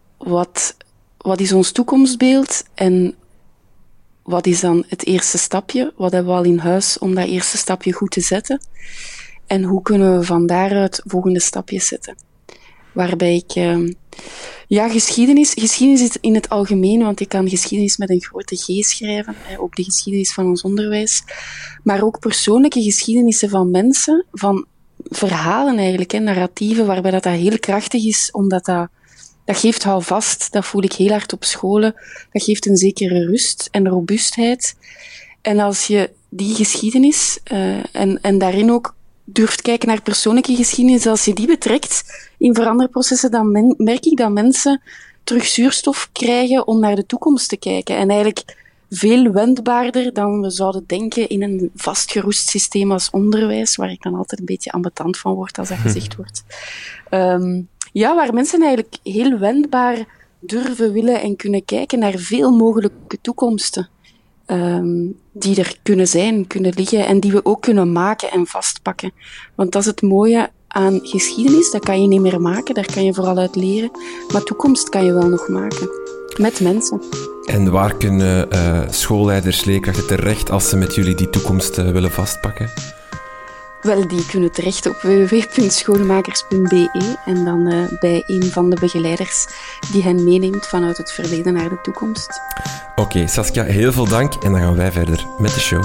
wat is ons toekomstbeeld en wat is dan het eerste stapje? Wat hebben we al in huis om dat eerste stapje goed te zetten? En hoe kunnen we van daaruit volgende stapjes zetten? Waarbij ik... geschiedenis is in het algemeen, want ik kan geschiedenis met een grote G schrijven, ook de geschiedenis van ons onderwijs, maar ook persoonlijke geschiedenissen van mensen, van verhalen eigenlijk, narratieven, waarbij dat heel krachtig is, omdat dat geeft houvast, dat voel ik heel hard op scholen, dat geeft een zekere rust en robuustheid. En als je die geschiedenis, en daarin ook durft kijken naar persoonlijke geschiedenis, als je die betrekt in veranderprocessen, dan merk ik dat mensen terug zuurstof krijgen om naar de toekomst te kijken. En eigenlijk veel wendbaarder dan we zouden denken in een vastgeroest systeem als onderwijs, waar ik dan altijd een beetje ambetant van word als dat gezegd wordt. Waar mensen eigenlijk heel wendbaar durven, willen en kunnen kijken naar veel mogelijke toekomsten. Die er kunnen zijn, kunnen liggen en die we ook kunnen maken en vastpakken. Want dat is het mooie aan geschiedenis, dat kan je niet meer maken, daar kan je vooral uit leren. Maar toekomst kan je wel nog maken, met mensen. En waar kunnen schoolleiders, leerkrachten terecht als ze met jullie die toekomst willen vastpakken? Wel, die kunnen terecht op www.scholenmakers.be en dan bij een van de begeleiders die hen meeneemt vanuit het verleden naar de toekomst. Oké, Saskia, heel veel dank en dan gaan wij verder met de show.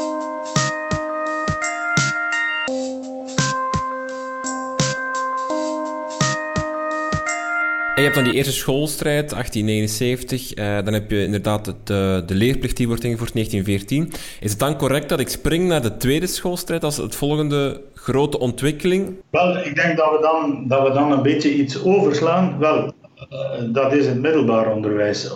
En je hebt dan die eerste schoolstrijd, 1879. Dan heb je inderdaad de leerplicht die wordt ingevoerd, 1914. Is het dan correct dat ik spring naar de tweede schoolstrijd als het volgende grote ontwikkeling? Wel, ik denk dat we dan een beetje iets overslaan. Wel, dat is het middelbaar onderwijs.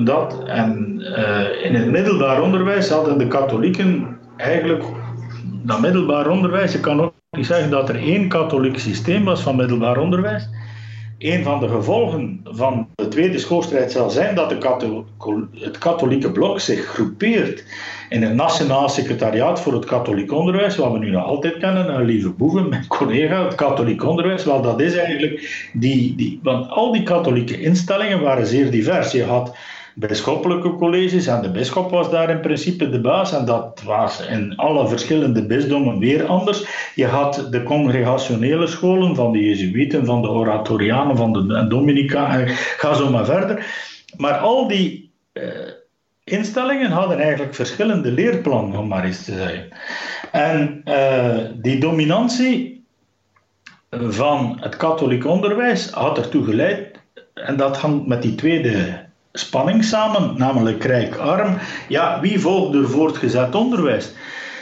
In het middelbaar onderwijs hadden de katholieken eigenlijk dat middelbaar onderwijs. Je kan ook niet zeggen dat er één katholiek systeem was van middelbaar onderwijs. Een van de gevolgen van de tweede schoolstrijd zal zijn dat het katholieke blok zich groepeert in het Nationaal Secretariaat voor het Katholiek Onderwijs, wat we nu nog altijd kennen, lieve boeven, mijn collega, het katholiek onderwijs. Wel, dat is eigenlijk want al die katholieke instellingen waren zeer divers. Je had bisschoppelijke colleges en de bisschop was daar in principe de baas en dat was in alle verschillende bisdommen weer anders. Je had de congregationele scholen van de Jezuïeten, van de Oratorianen, van de Dominica en ga zo maar verder. Maar al die instellingen hadden eigenlijk verschillende leerplannen, om maar eens te zeggen. En die dominantie van het katholiek onderwijs had ertoe geleid, en dat hangt met die tweede spanning samen, namelijk rijk-arm. Ja, wie volgt er voortgezet onderwijs?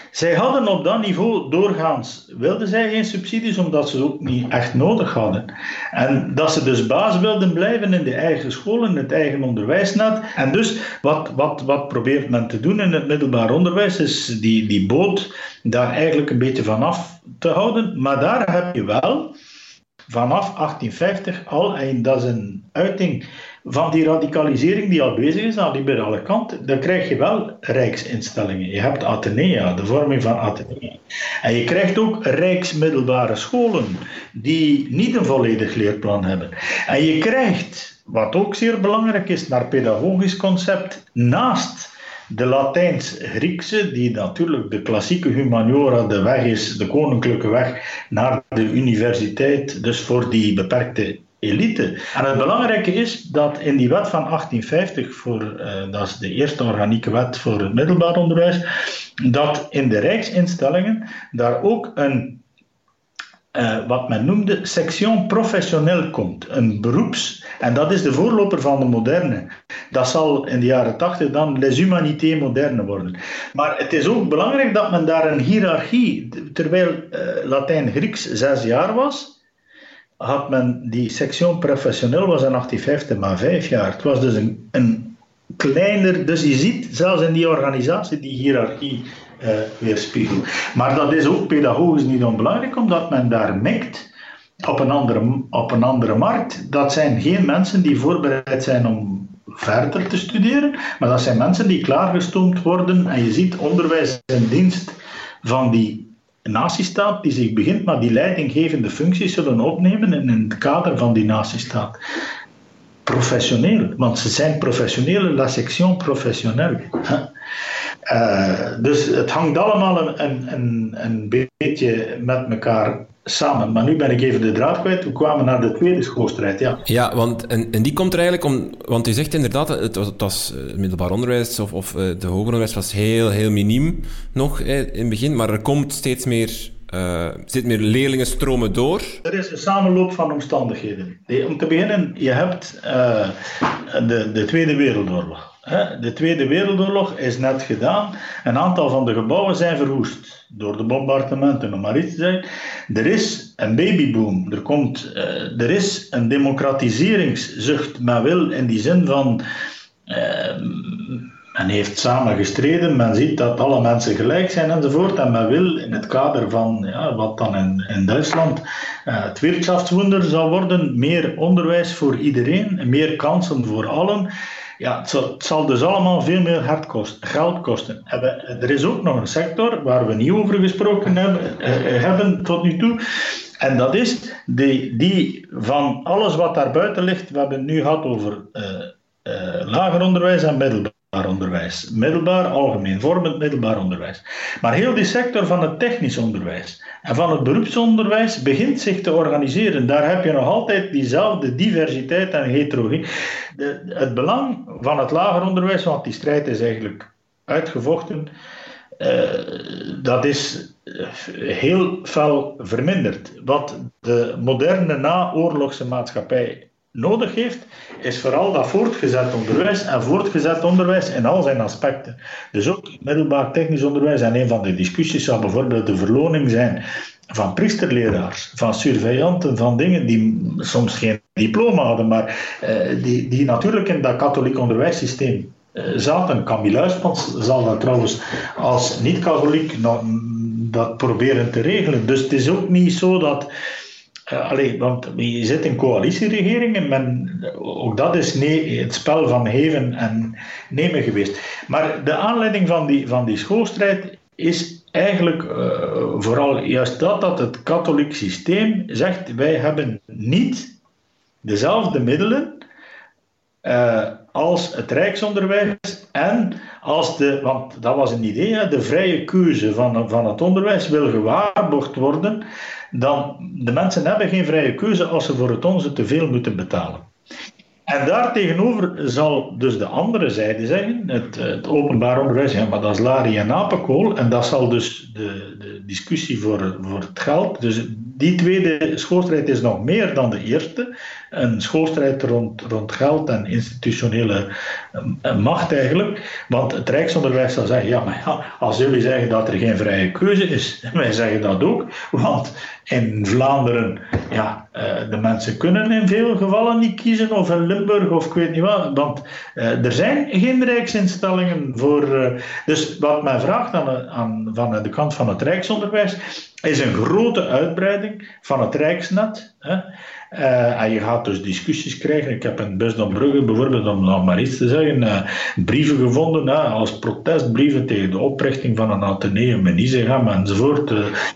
Zij hadden op dat niveau doorgaans, wilden zij geen subsidies, omdat ze het ook niet echt nodig hadden. En dat ze dus baas wilden blijven in de eigen scholen, in het eigen onderwijsnet. En dus, wat probeert men te doen in het middelbaar onderwijs, is die boot daar eigenlijk een beetje vanaf te houden. Maar daar heb je wel, vanaf 1850 al, en dat is een uiting van die radicalisering die al bezig is aan liberale kant, dan krijg je wel rijksinstellingen. Je hebt Atenea, de vorming van Atenea. En je krijgt ook rijksmiddelbare scholen die niet een volledig leerplan hebben. En je krijgt, wat ook zeer belangrijk is, naar pedagogisch concept, naast de Latijns-Griekse, die natuurlijk de klassieke humaniora de weg is, de koninklijke weg naar de universiteit, dus voor die beperkte elite. En het belangrijke is dat in die wet van 1850, dat is de eerste organieke wet voor het middelbaar onderwijs, dat in de rijksinstellingen daar ook een, wat men noemde, section professionnelle komt. Een beroeps, en dat is de voorloper van de moderne. Dat zal in de jaren 80 dan les humanités moderne worden. Maar het is ook belangrijk dat men daar een hiërarchie, terwijl Latijn-Grieks 6 jaar was, had men die section professionnel was in 1850 maar 5 jaar. Het was dus een kleiner, dus je ziet zelfs in die organisatie die hiërarchie weerspiegelt. Maar dat is ook pedagogisch niet onbelangrijk, omdat men daar mikt op een andere markt. Dat zijn geen mensen die voorbereid zijn om verder te studeren, maar dat zijn mensen die klaargestoomd worden. En je ziet onderwijs in dienst van die natiestaat die zich begint maar die leidinggevende functies zullen opnemen in het kader van die natiestaat. Professioneel, want ze zijn professionele, la section professionnelle. Dus het hangt allemaal een beetje met elkaar samen. Maar nu ben ik even de draad kwijt. We kwamen naar de tweede schoolstrijd. Ja, want en die komt er eigenlijk want u zegt inderdaad, het was middelbaar onderwijs of de hoger onderwijs was heel, heel miniem nog in het begin, maar er komt steeds meer leerlingen stromen door. Er is een samenloop van omstandigheden. Om te beginnen, je hebt de Tweede Wereldoorlog. De Tweede Wereldoorlog is net gedaan. Een aantal van de gebouwen zijn verwoest door de bombardementen, om maar iets te zeggen. Er is een babyboom. Er is een democratiseringszucht. Men wil in die zin van... men heeft samen gestreden, men ziet dat alle mensen gelijk zijn enzovoort. En men wil in het kader van wat dan in Duitsland het Wirtschaftswunder zal worden, meer onderwijs voor iedereen, meer kansen voor allen. Ja, het zal dus allemaal veel meer geld kosten. Er is ook nog een sector waar we niet over gesproken hebben tot nu toe. En dat is die van alles wat daar buiten ligt. We hebben het nu gehad over lager onderwijs en middelbaar onderwijs. Middelbaar, algemeen, vormend middelbaar onderwijs. Maar heel die sector van het technisch onderwijs en van het beroepsonderwijs begint zich te organiseren. Daar heb je nog altijd diezelfde diversiteit en heterogenie. Het belang van het lager onderwijs, want die strijd is eigenlijk uitgevochten, dat is heel fel verminderd. Wat de moderne naoorlogse maatschappij nodig heeft, is vooral dat voortgezet onderwijs en voortgezet onderwijs in al zijn aspecten. Dus ook middelbaar technisch onderwijs, en een van de discussies zou bijvoorbeeld de verloning zijn van priesterleraars, van surveillanten, van dingen die soms geen diploma hadden, maar die natuurlijk in dat katholiek onderwijssysteem zaten. Camille Huispans zal dat trouwens als niet-katholiek dat proberen te regelen. Dus het is ook niet zo dat... want je zit in coalitieregeringen, ook dat is het spel van geven en nemen geweest. Maar de aanleiding van die schoolstrijd is eigenlijk vooral juist dat het katholiek systeem zegt, wij hebben niet dezelfde middelen als het rijksonderwijs en want dat was een idee, de vrije keuze van het onderwijs wil gewaarborgd worden, dan de mensen hebben geen vrije keuze als ze voor het onze te veel moeten betalen. En daartegenover zal dus de andere zijde zeggen, het openbaar onderwijs, ja, maar dat is Lari en apenkool, en dat zal dus de discussie voor het geld. Dus die tweede schoolstrijd is nog meer dan de eerste. Een schoolstrijd rond geld en institutionele macht eigenlijk. Want het Rijksonderwijs zal zeggen, ja, maar ja, als jullie zeggen dat er geen vrije keuze is, wij zeggen dat ook, want in Vlaanderen, ja, de mensen kunnen in veel gevallen niet kiezen, of in Limburg, of ik weet niet wat, want er zijn geen rijksinstellingen voor. Dus wat men vraagt van de kant van het Rijksonderwijs, is een grote uitbreiding van het Rijksnet. En je gaat dus discussies krijgen. Ik heb in Bisdom Brugge bijvoorbeeld, om nog maar iets te zeggen, brieven gevonden als protestbrieven tegen de oprichting van een Atheneum in Isegem enzovoort.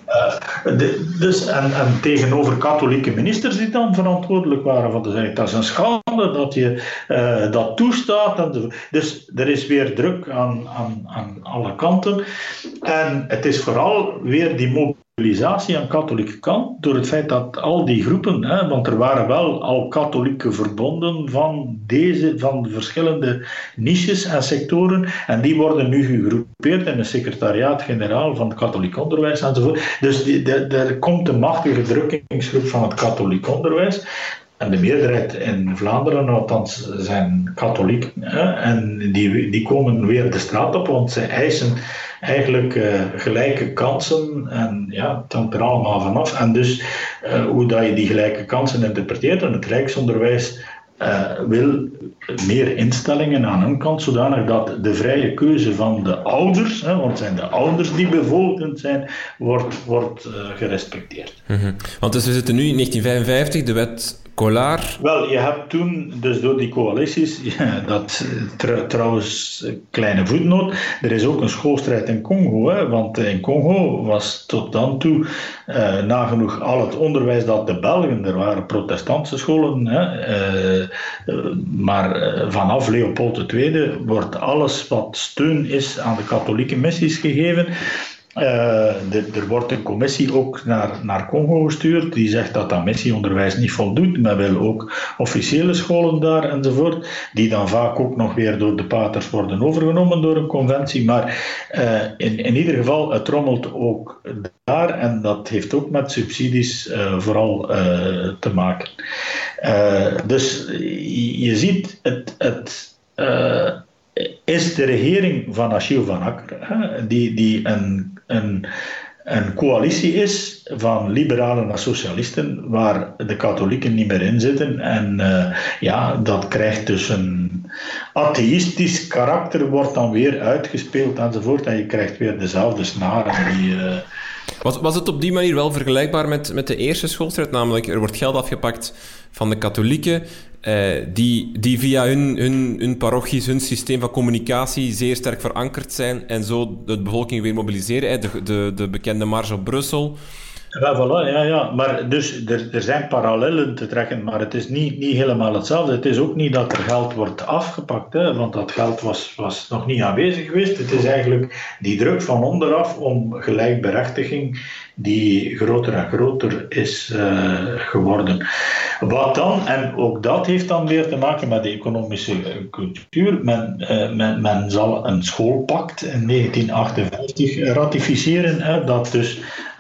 Dus, en tegenover katholieke ministers die dan verantwoordelijk waren van te zeggen, dat is een schande dat je dat toestaat. Enzovoort. Dus er is weer druk aan alle kanten. En het is vooral weer die mobilisatie aan katholieke kant, door het feit dat al die groepen, want er waren wel al katholieke verbonden van de verschillende niches en sectoren, en die worden nu gegroepeerd in een secretariaat-generaal van het katholiek onderwijs enzovoort. Dus er komt een machtige drukkingsgroep van het katholiek onderwijs. En de meerderheid in Vlaanderen, althans, zijn katholiek. En die komen weer de straat op, want zij eisen eigenlijk gelijke kansen. En ja, het hangt er allemaal vanaf. En dus hoe dat je die gelijke kansen interpreteert. En het Rijksonderwijs wil meer instellingen aan hun kant, zodanig dat de vrije keuze van de ouders, want het zijn de ouders die bevolkend zijn, wordt gerespecteerd. Mm-hmm. Want dus we zitten nu in 1955, de wet Collard. Wel, je hebt toen, dus door die coalities, dat trouwens, kleine voetnoot, er is ook een schoolstrijd in Congo, want in Congo was tot dan toe nagenoeg al het onderwijs dat de Belgen, er waren protestantse scholen, maar vanaf Leopold II wordt alles wat steun is aan de katholieke missies gegeven. Er wordt een commissie ook naar Congo gestuurd, die zegt dat missieonderwijs niet voldoet. Men wil ook officiële scholen daar enzovoort, die dan vaak ook nog weer door de paters worden overgenomen door een conventie. Maar in ieder geval, het rommelt ook daar, en dat heeft ook met subsidies vooral te maken. Dus je ziet, is de regering van Achille van Acker, die een coalitie is van liberalen en socialisten, waar de katholieken niet meer in zitten. En dat krijgt dus een atheïstisch karakter, wordt dan weer uitgespeeld enzovoort. En je krijgt weer dezelfde snaren die... Was het op die manier wel vergelijkbaar met de eerste schoolstrijd? Namelijk, er wordt geld afgepakt van de katholieken, die via hun parochies, hun systeem van communicatie zeer sterk verankerd zijn en zo de bevolking weer mobiliseren. De bekende Mars op Brussel. Ja, voilà, ja. Maar dus er zijn parallellen te trekken, maar het is niet helemaal hetzelfde. Het is ook niet dat er geld wordt afgepakt, want dat geld was nog niet aanwezig geweest. Het is eigenlijk die druk van onderaf om gelijkberechtiging die groter en groter is geworden. Wat dan, en ook dat heeft dan weer te maken met de economische cultuur, men zal een schoolpact in 1958 ratificeren, dat dus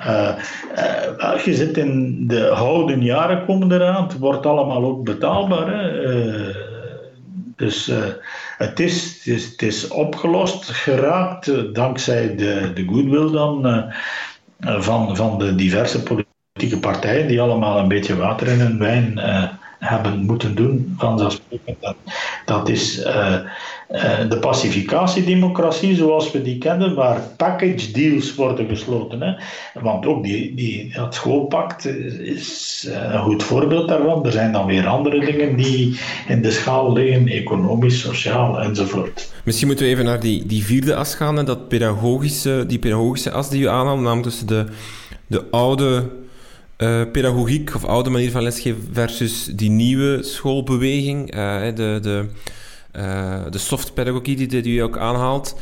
je zit in de gouden jaren komen eraan, het wordt allemaal ook betaalbaar. Dus het is opgelost geraakt dankzij de goodwill dan van de diverse politieke partijen die allemaal een beetje water in hun wijn hebben moeten doen, vanzelfsprekend. Dat is de pacificatiedemocratie zoals we die kennen, waar package deals worden gesloten. Hè. Want ook dat schoolpact is een goed voorbeeld daarvan. Er zijn dan weer andere dingen die in de schaal liggen, economisch, sociaal enzovoort. Misschien moeten we even naar die vierde as gaan, hè, die pedagogische as die u aanhaalt, namelijk tussen de oude pedagogiek of oude manier van lesgeven versus die nieuwe schoolbeweging, de soft pedagogie die u ook aanhaalt.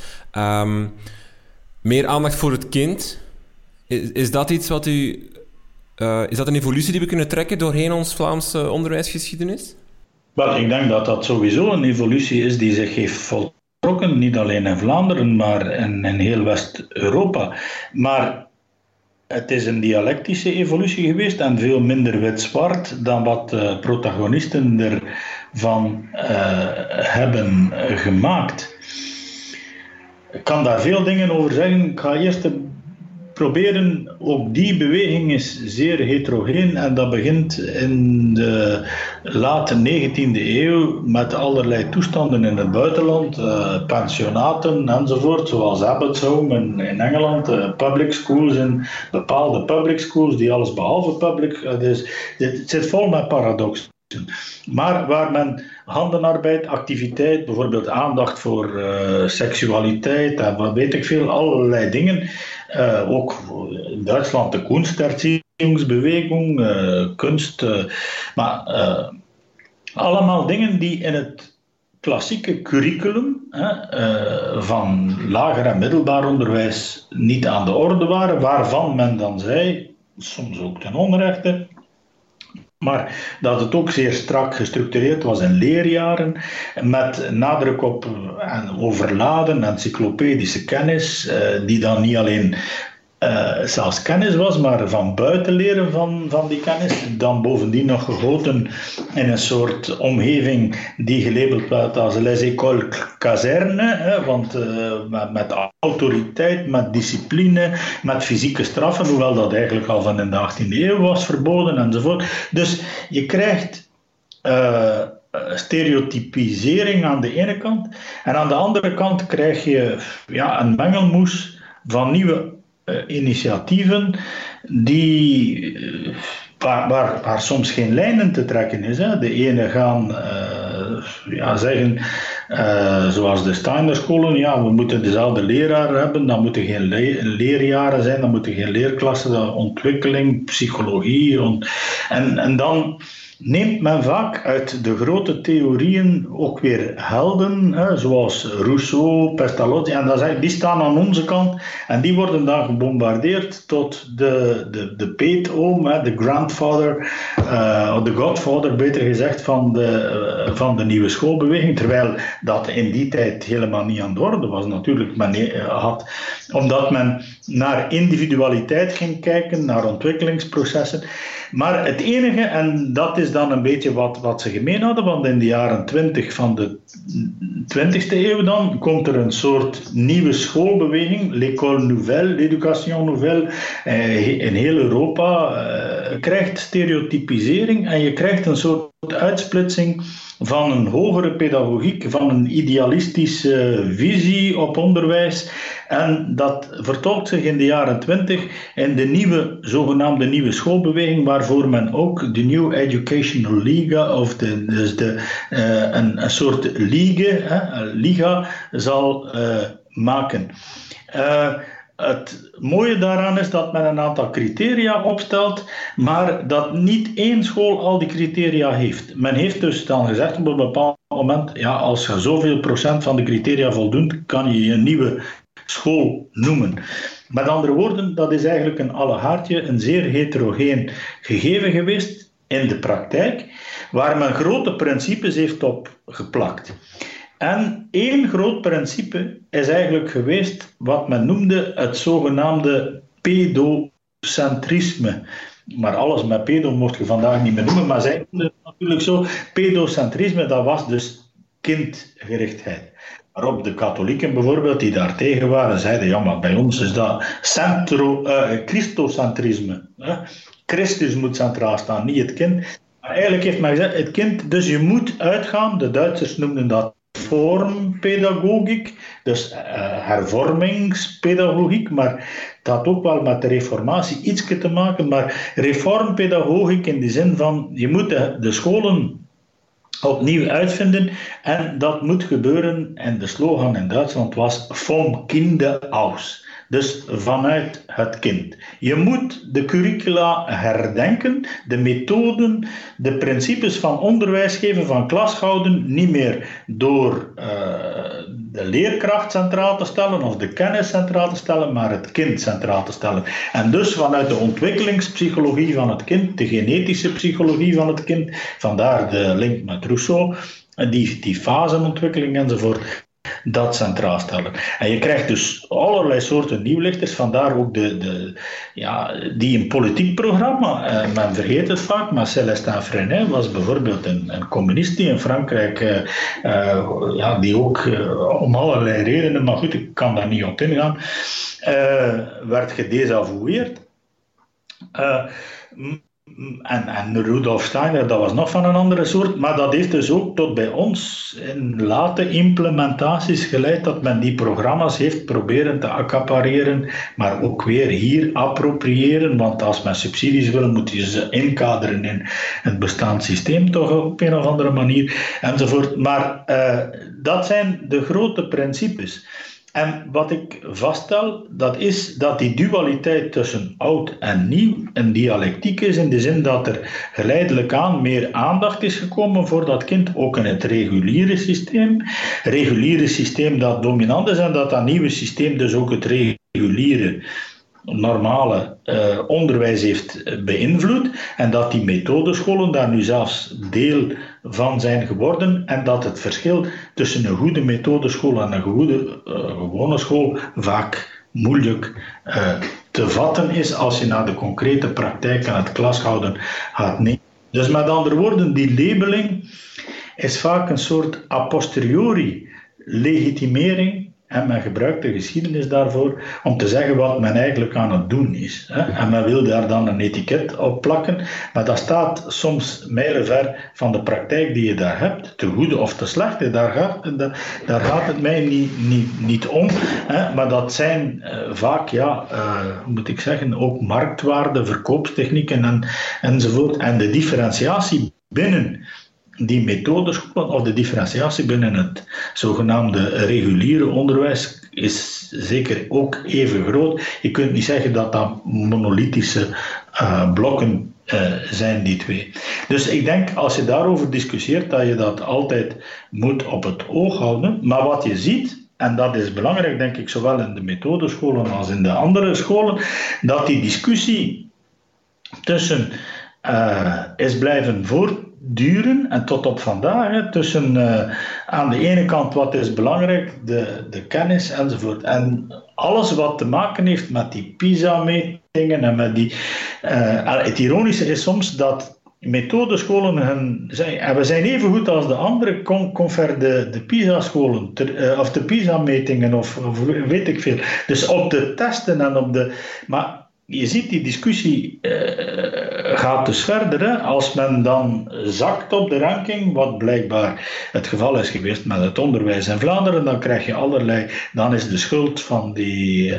Meer aandacht voor het kind. Is dat iets wat u... is dat een evolutie die we kunnen trekken doorheen ons Vlaamse onderwijsgeschiedenis? Wel, ik denk dat dat sowieso een evolutie is die zich heeft voltrokken, niet alleen in Vlaanderen, maar in heel West-Europa. Maar het is een dialectische evolutie geweest en veel minder wit-zwart dan wat de protagonisten ervan hebben gemaakt. Ik kan daar veel dingen over zeggen. Ik ga eerst proberen, ook die beweging is zeer heterogeen en dat begint in de late 19e eeuw met allerlei toestanden in het buitenland, pensionaten enzovoort, zoals Abbots Home in Engeland, public schools en bepaalde public schools die alles behalve public, dus het zit vol met paradoxen. Maar waar men handenarbeid, activiteit, bijvoorbeeld aandacht voor seksualiteit en wat weet ik veel, allerlei dingen. Ook in Duitsland de Kunsterziehungsbeweging, kunst. Maar allemaal dingen die in het klassieke curriculum van lager en middelbaar onderwijs niet aan de orde waren, waarvan men dan zei, soms ook ten onrechte, maar dat het ook zeer strak gestructureerd was in leerjaren, met nadruk op overladen encyclopedische kennis, die dan niet alleen zelfs kennis was, maar van buiten leren van die kennis, dan bovendien nog gegoten in een soort omgeving die gelabeld werd als les écoles kazerne, want met autoriteit, met discipline, met fysieke straffen, hoewel dat eigenlijk al van in de 18e eeuw was verboden enzovoort. Dus je krijgt stereotypisering aan de ene kant en aan de andere kant krijg je een mengelmoes van nieuwe initiatieven die, waar soms geen lijnen te trekken is. Hè. De ene gaan zeggen, zoals de Steiner-scholen, we moeten dezelfde leraar hebben, dan moeten geen leerjaren zijn, dan moeten geen leerklassen, ontwikkeling, psychologie. En dan neemt men vaak uit de grote theorieën ook weer helden, zoals Rousseau, Pestalozzi, en die staan aan onze kant en die worden dan gebombardeerd tot de peetoom, de grandfather, of de godfather beter gezegd, van de nieuwe schoolbeweging, terwijl dat in die tijd helemaal niet aan de orde was natuurlijk. Omdat men naar individualiteit ging kijken, naar ontwikkelingsprocessen. Maar het enige, en dat is dan een beetje wat ze gemeen hadden, want in de jaren 20 van de 20e eeuw dan komt er een soort nieuwe schoolbeweging, l'école nouvelle, l'éducation nouvelle, in heel Europa krijgt stereotypisering en je krijgt een soort uitsplitsing van een hogere pedagogiek, van een idealistische visie op onderwijs. En dat vertolkt zich in de jaren 20 in de zogenaamde nieuwe schoolbeweging, waarvoor men ook de New Educational Liga, of een soort liga zal maken. Het mooie daaraan is dat men een aantal criteria opstelt, maar dat niet één school al die criteria heeft. Men heeft dus dan gezegd op een bepaald moment, als je zoveel procent van de criteria voldoet, kan je je nieuwe school noemen. Met andere woorden, dat is eigenlijk een allegaartje, een zeer heterogeen gegeven geweest in de praktijk, waar men grote principes heeft op geplakt. En één groot principe is eigenlijk geweest wat men noemde het zogenaamde pedocentrisme. Maar alles met pedo mocht je vandaag niet meer noemen, maar zij noemden het natuurlijk zo. Pedocentrisme, dat was dus kindgerichtheid. Waarop de katholieken bijvoorbeeld, die daar tegen waren, zeiden, maar bij ons is dat Christocentrisme. Christus moet centraal staan, niet het kind. Maar eigenlijk heeft men gezegd, het kind, dus je moet uitgaan, de Duitsers noemden dat vormpedagogiek, dus hervormingspedagogiek, maar dat had ook wel met de reformatie iets te maken, maar reformpedagogiek in de zin van, je moet de scholen opnieuw uitvinden en dat moet gebeuren, en de slogan in Duitsland was vom Kinde aus. Dus vanuit het kind. Je moet de curricula herdenken, de methoden, de principes van onderwijs geven, van klas houden, niet meer door de leerkracht centraal te stellen of de kennis centraal te stellen, maar het kind centraal te stellen. En dus vanuit de ontwikkelingspsychologie van het kind, de genetische psychologie van het kind, vandaar de link met Rousseau, die fasenontwikkeling enzovoort, dat centraal stellen. En je krijgt dus allerlei soorten nieuwlichters, vandaar ook die een politiek programma, men vergeet het vaak, maar Célestin Freinet was bijvoorbeeld een communist die in Frankrijk, die ook om allerlei redenen, maar goed, ik kan daar niet op ingaan, werd gedesavoueerd. En Rudolf Steiner, dat was nog van een andere soort, maar dat heeft dus ook tot bij ons in late implementaties geleid dat men die programma's heeft proberen te accapareren, maar ook weer hier appropriëren, want als men subsidies wil, moet je ze inkaderen in het bestaand systeem toch op een of andere manier, enzovoort. Maar dat zijn de grote principes. En wat ik vaststel, dat is dat die dualiteit tussen oud en nieuw een dialectiek is, in de zin dat er geleidelijk aan meer aandacht is gekomen voor dat kind, ook in het reguliere systeem dat dominant is, en dat nieuwe systeem dus ook het reguliere, normale onderwijs heeft beïnvloed, en dat die methodescholen daar nu zelfs deel van zijn geworden, en dat het verschil tussen een goede methodeschool en een goede gewone school vaak moeilijk te vatten is als je naar de concrete praktijk en het klashouden gaat nemen. Dus met andere woorden, die labeling is vaak een soort a posteriori legitimering, en men gebruikt de geschiedenis daarvoor om te zeggen wat men eigenlijk aan het doen is. En men wil daar dan een etiket op plakken, maar dat staat soms mijlenver van de praktijk die je daar hebt, te goede of te slechte, daar gaat het mij niet om. Maar dat zijn vaak, moet ik zeggen, ook marktwaarde, verkoopstechnieken enzovoort. En de differentiatie binnen die methodescholen, of de differentiatie binnen het zogenaamde reguliere onderwijs, is zeker ook even groot. Je kunt niet zeggen dat dat monolithische blokken zijn, die twee. Dus ik denk, als je daarover discussieert, dat je dat altijd moet op het oog houden. Maar wat je ziet, en dat is belangrijk, denk ik, zowel in de methodescholen als in de andere scholen, dat die discussie tussen is blijven voortduren, en tot op vandaag, tussen aan de ene kant wat is belangrijk, de kennis enzovoort, en alles wat te maken heeft met die PISA-metingen en met die... het ironische is soms dat methodescholen en we zijn even goed als de andere confer de PISA-scholen, of de PISA-metingen, of weet ik veel. Dus op de testen en op de... Maar je ziet, die discussie gaat dus verder. Hè? Als men dan zakt op de ranking, wat blijkbaar het geval is geweest met het onderwijs in Vlaanderen, dan krijg je allerlei... Dan is de schuld van die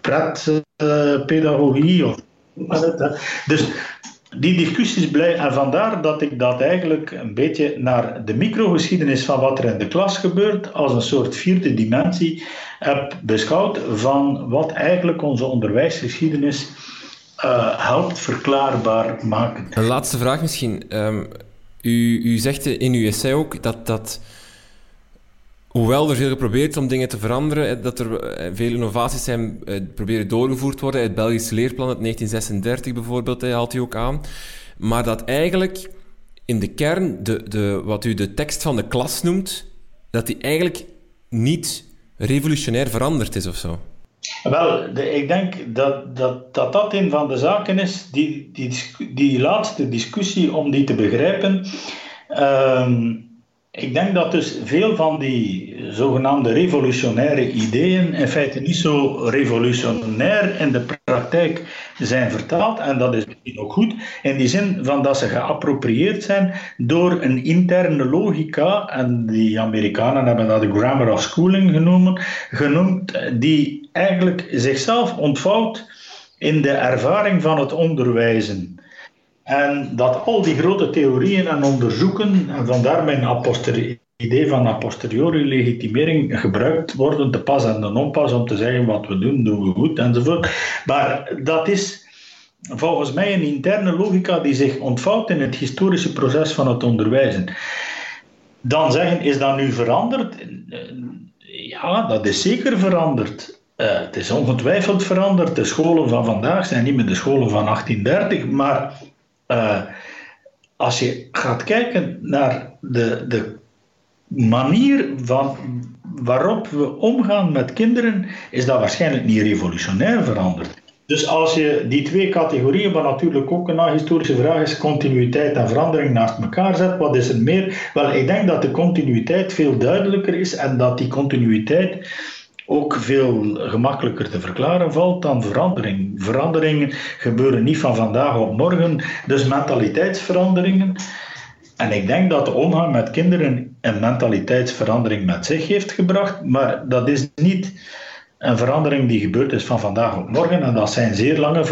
pretpedagogie of... Dus die discussies blijven, en vandaar dat ik dat eigenlijk een beetje naar de microgeschiedenis van wat er in de klas gebeurt als een soort vierde dimensie heb beschouwd van wat eigenlijk onze onderwijsgeschiedenis helpt verklaarbaar maken. Een laatste vraag misschien. U zegt in uw essay ook dat hoewel er veel geprobeerd is om dingen te veranderen, dat er veel innovaties zijn proberen doorgevoerd worden. Het Belgische leerplan uit 1936 bijvoorbeeld, haalt u ook aan. Maar dat eigenlijk in de kern, wat u de tekst van de klas noemt, dat die eigenlijk niet revolutionair veranderd is of zo. Wel, ik denk dat een van de zaken is, die laatste discussie, om die te begrijpen. Ik denk dat dus veel van die zogenaamde revolutionaire ideeën in feite niet zo revolutionair in de praktijk zijn vertaald. En dat is misschien ook goed, in die zin van dat ze geappropriëerd zijn door een interne logica. En die Amerikanen hebben dat de grammar of schooling genoemd, die eigenlijk zichzelf ontvouwt in de ervaring van het onderwijzen. En dat al die grote theorieën en onderzoeken, en vandaar mijn idee van a posteriori legitimering, gebruikt worden te pas en te onpas om te zeggen wat we doen we goed enzovoort. Maar dat is volgens mij een interne logica die zich ontvouwt in het historische proces van het onderwijzen. Dan zeggen, is dat nu veranderd? Ja, dat is zeker veranderd. Het is ongetwijfeld veranderd. De scholen van vandaag zijn niet meer de scholen van 1830, maar als je gaat kijken naar de manier waarop we omgaan met kinderen, is dat waarschijnlijk niet revolutionair veranderd. Dus als je die twee categorieën, wat natuurlijk ook een historische vraag is, continuïteit en verandering, naast elkaar zet, wat is er meer? Wel, ik denk dat de continuïteit veel duidelijker is en dat die continuïteit ook veel gemakkelijker te verklaren valt dan verandering. Veranderingen gebeuren niet van vandaag op morgen, dus mentaliteitsveranderingen. En ik denk dat de omgang met kinderen een mentaliteitsverandering met zich heeft gebracht, maar dat is niet een verandering die gebeurd is van vandaag op morgen. En dat zijn zeer lange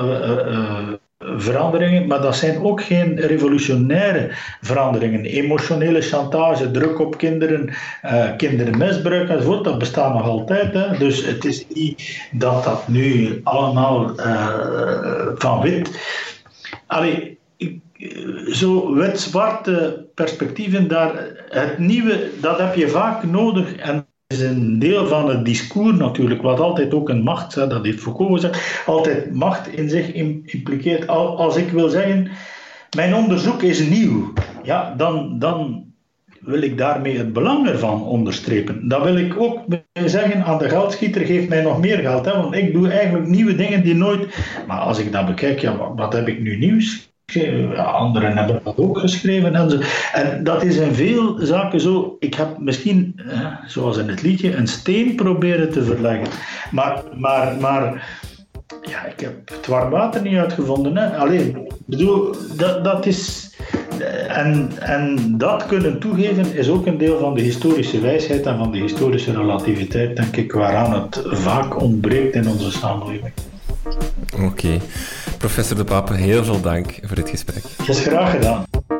veranderingen, maar dat zijn ook geen revolutionaire veranderingen. Emotionele chantage, druk op kinderen, kindermisbruik enzovoort, dat bestaat nog altijd. Hè. Dus het is niet dat nu allemaal van wit... Allee, zo wit-zwarte perspectieven, het nieuwe, dat heb je vaak nodig. En is een deel van het discours natuurlijk, wat altijd ook een macht, dat heeft Foucault gezegd, altijd macht in zich impliceert. Als ik wil zeggen, mijn onderzoek is nieuw, ja, dan wil ik daarmee het belang ervan onderstrepen. Dan wil ik ook zeggen aan de geldschieter, geef mij nog meer geld, hè, want ik doe eigenlijk nieuwe dingen die nooit... Maar als ik dat bekijk, ja, wat heb ik nu nieuws? Anderen hebben dat ook geschreven en zo. En dat is in veel zaken zo. Ik heb misschien, zoals in het liedje, een steen proberen te verleggen. Maar ja, ik heb het warm water niet uitgevonden. Hè. Alleen, bedoel, dat is... En dat kunnen toegeven is ook een deel van de historische wijsheid en van de historische relativiteit, denk ik, waaraan het vaak ontbreekt in onze samenleving. Oké. Professor De Pape, heel veel dank voor dit gesprek. Het is graag gedaan.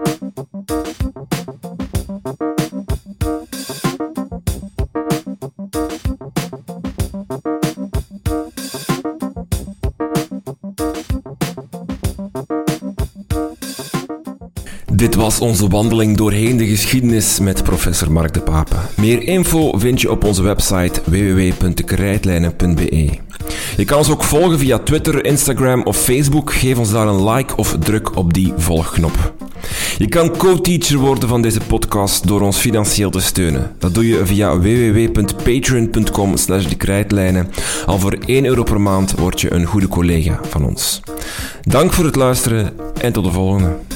Dit was onze wandeling doorheen de geschiedenis met professor Mark De Pape. Meer info vind je op onze website www.dekrijtlijnen.be. Je kan ons ook volgen via Twitter, Instagram of Facebook. Geef ons daar een like of druk op die volgknop. Je kan co-teacher worden van deze podcast door ons financieel te steunen. Dat doe je via www.patreon.com/dekrijtlijnen. Al voor €1 per maand word je een goede collega van ons. Dank voor het luisteren en tot de volgende.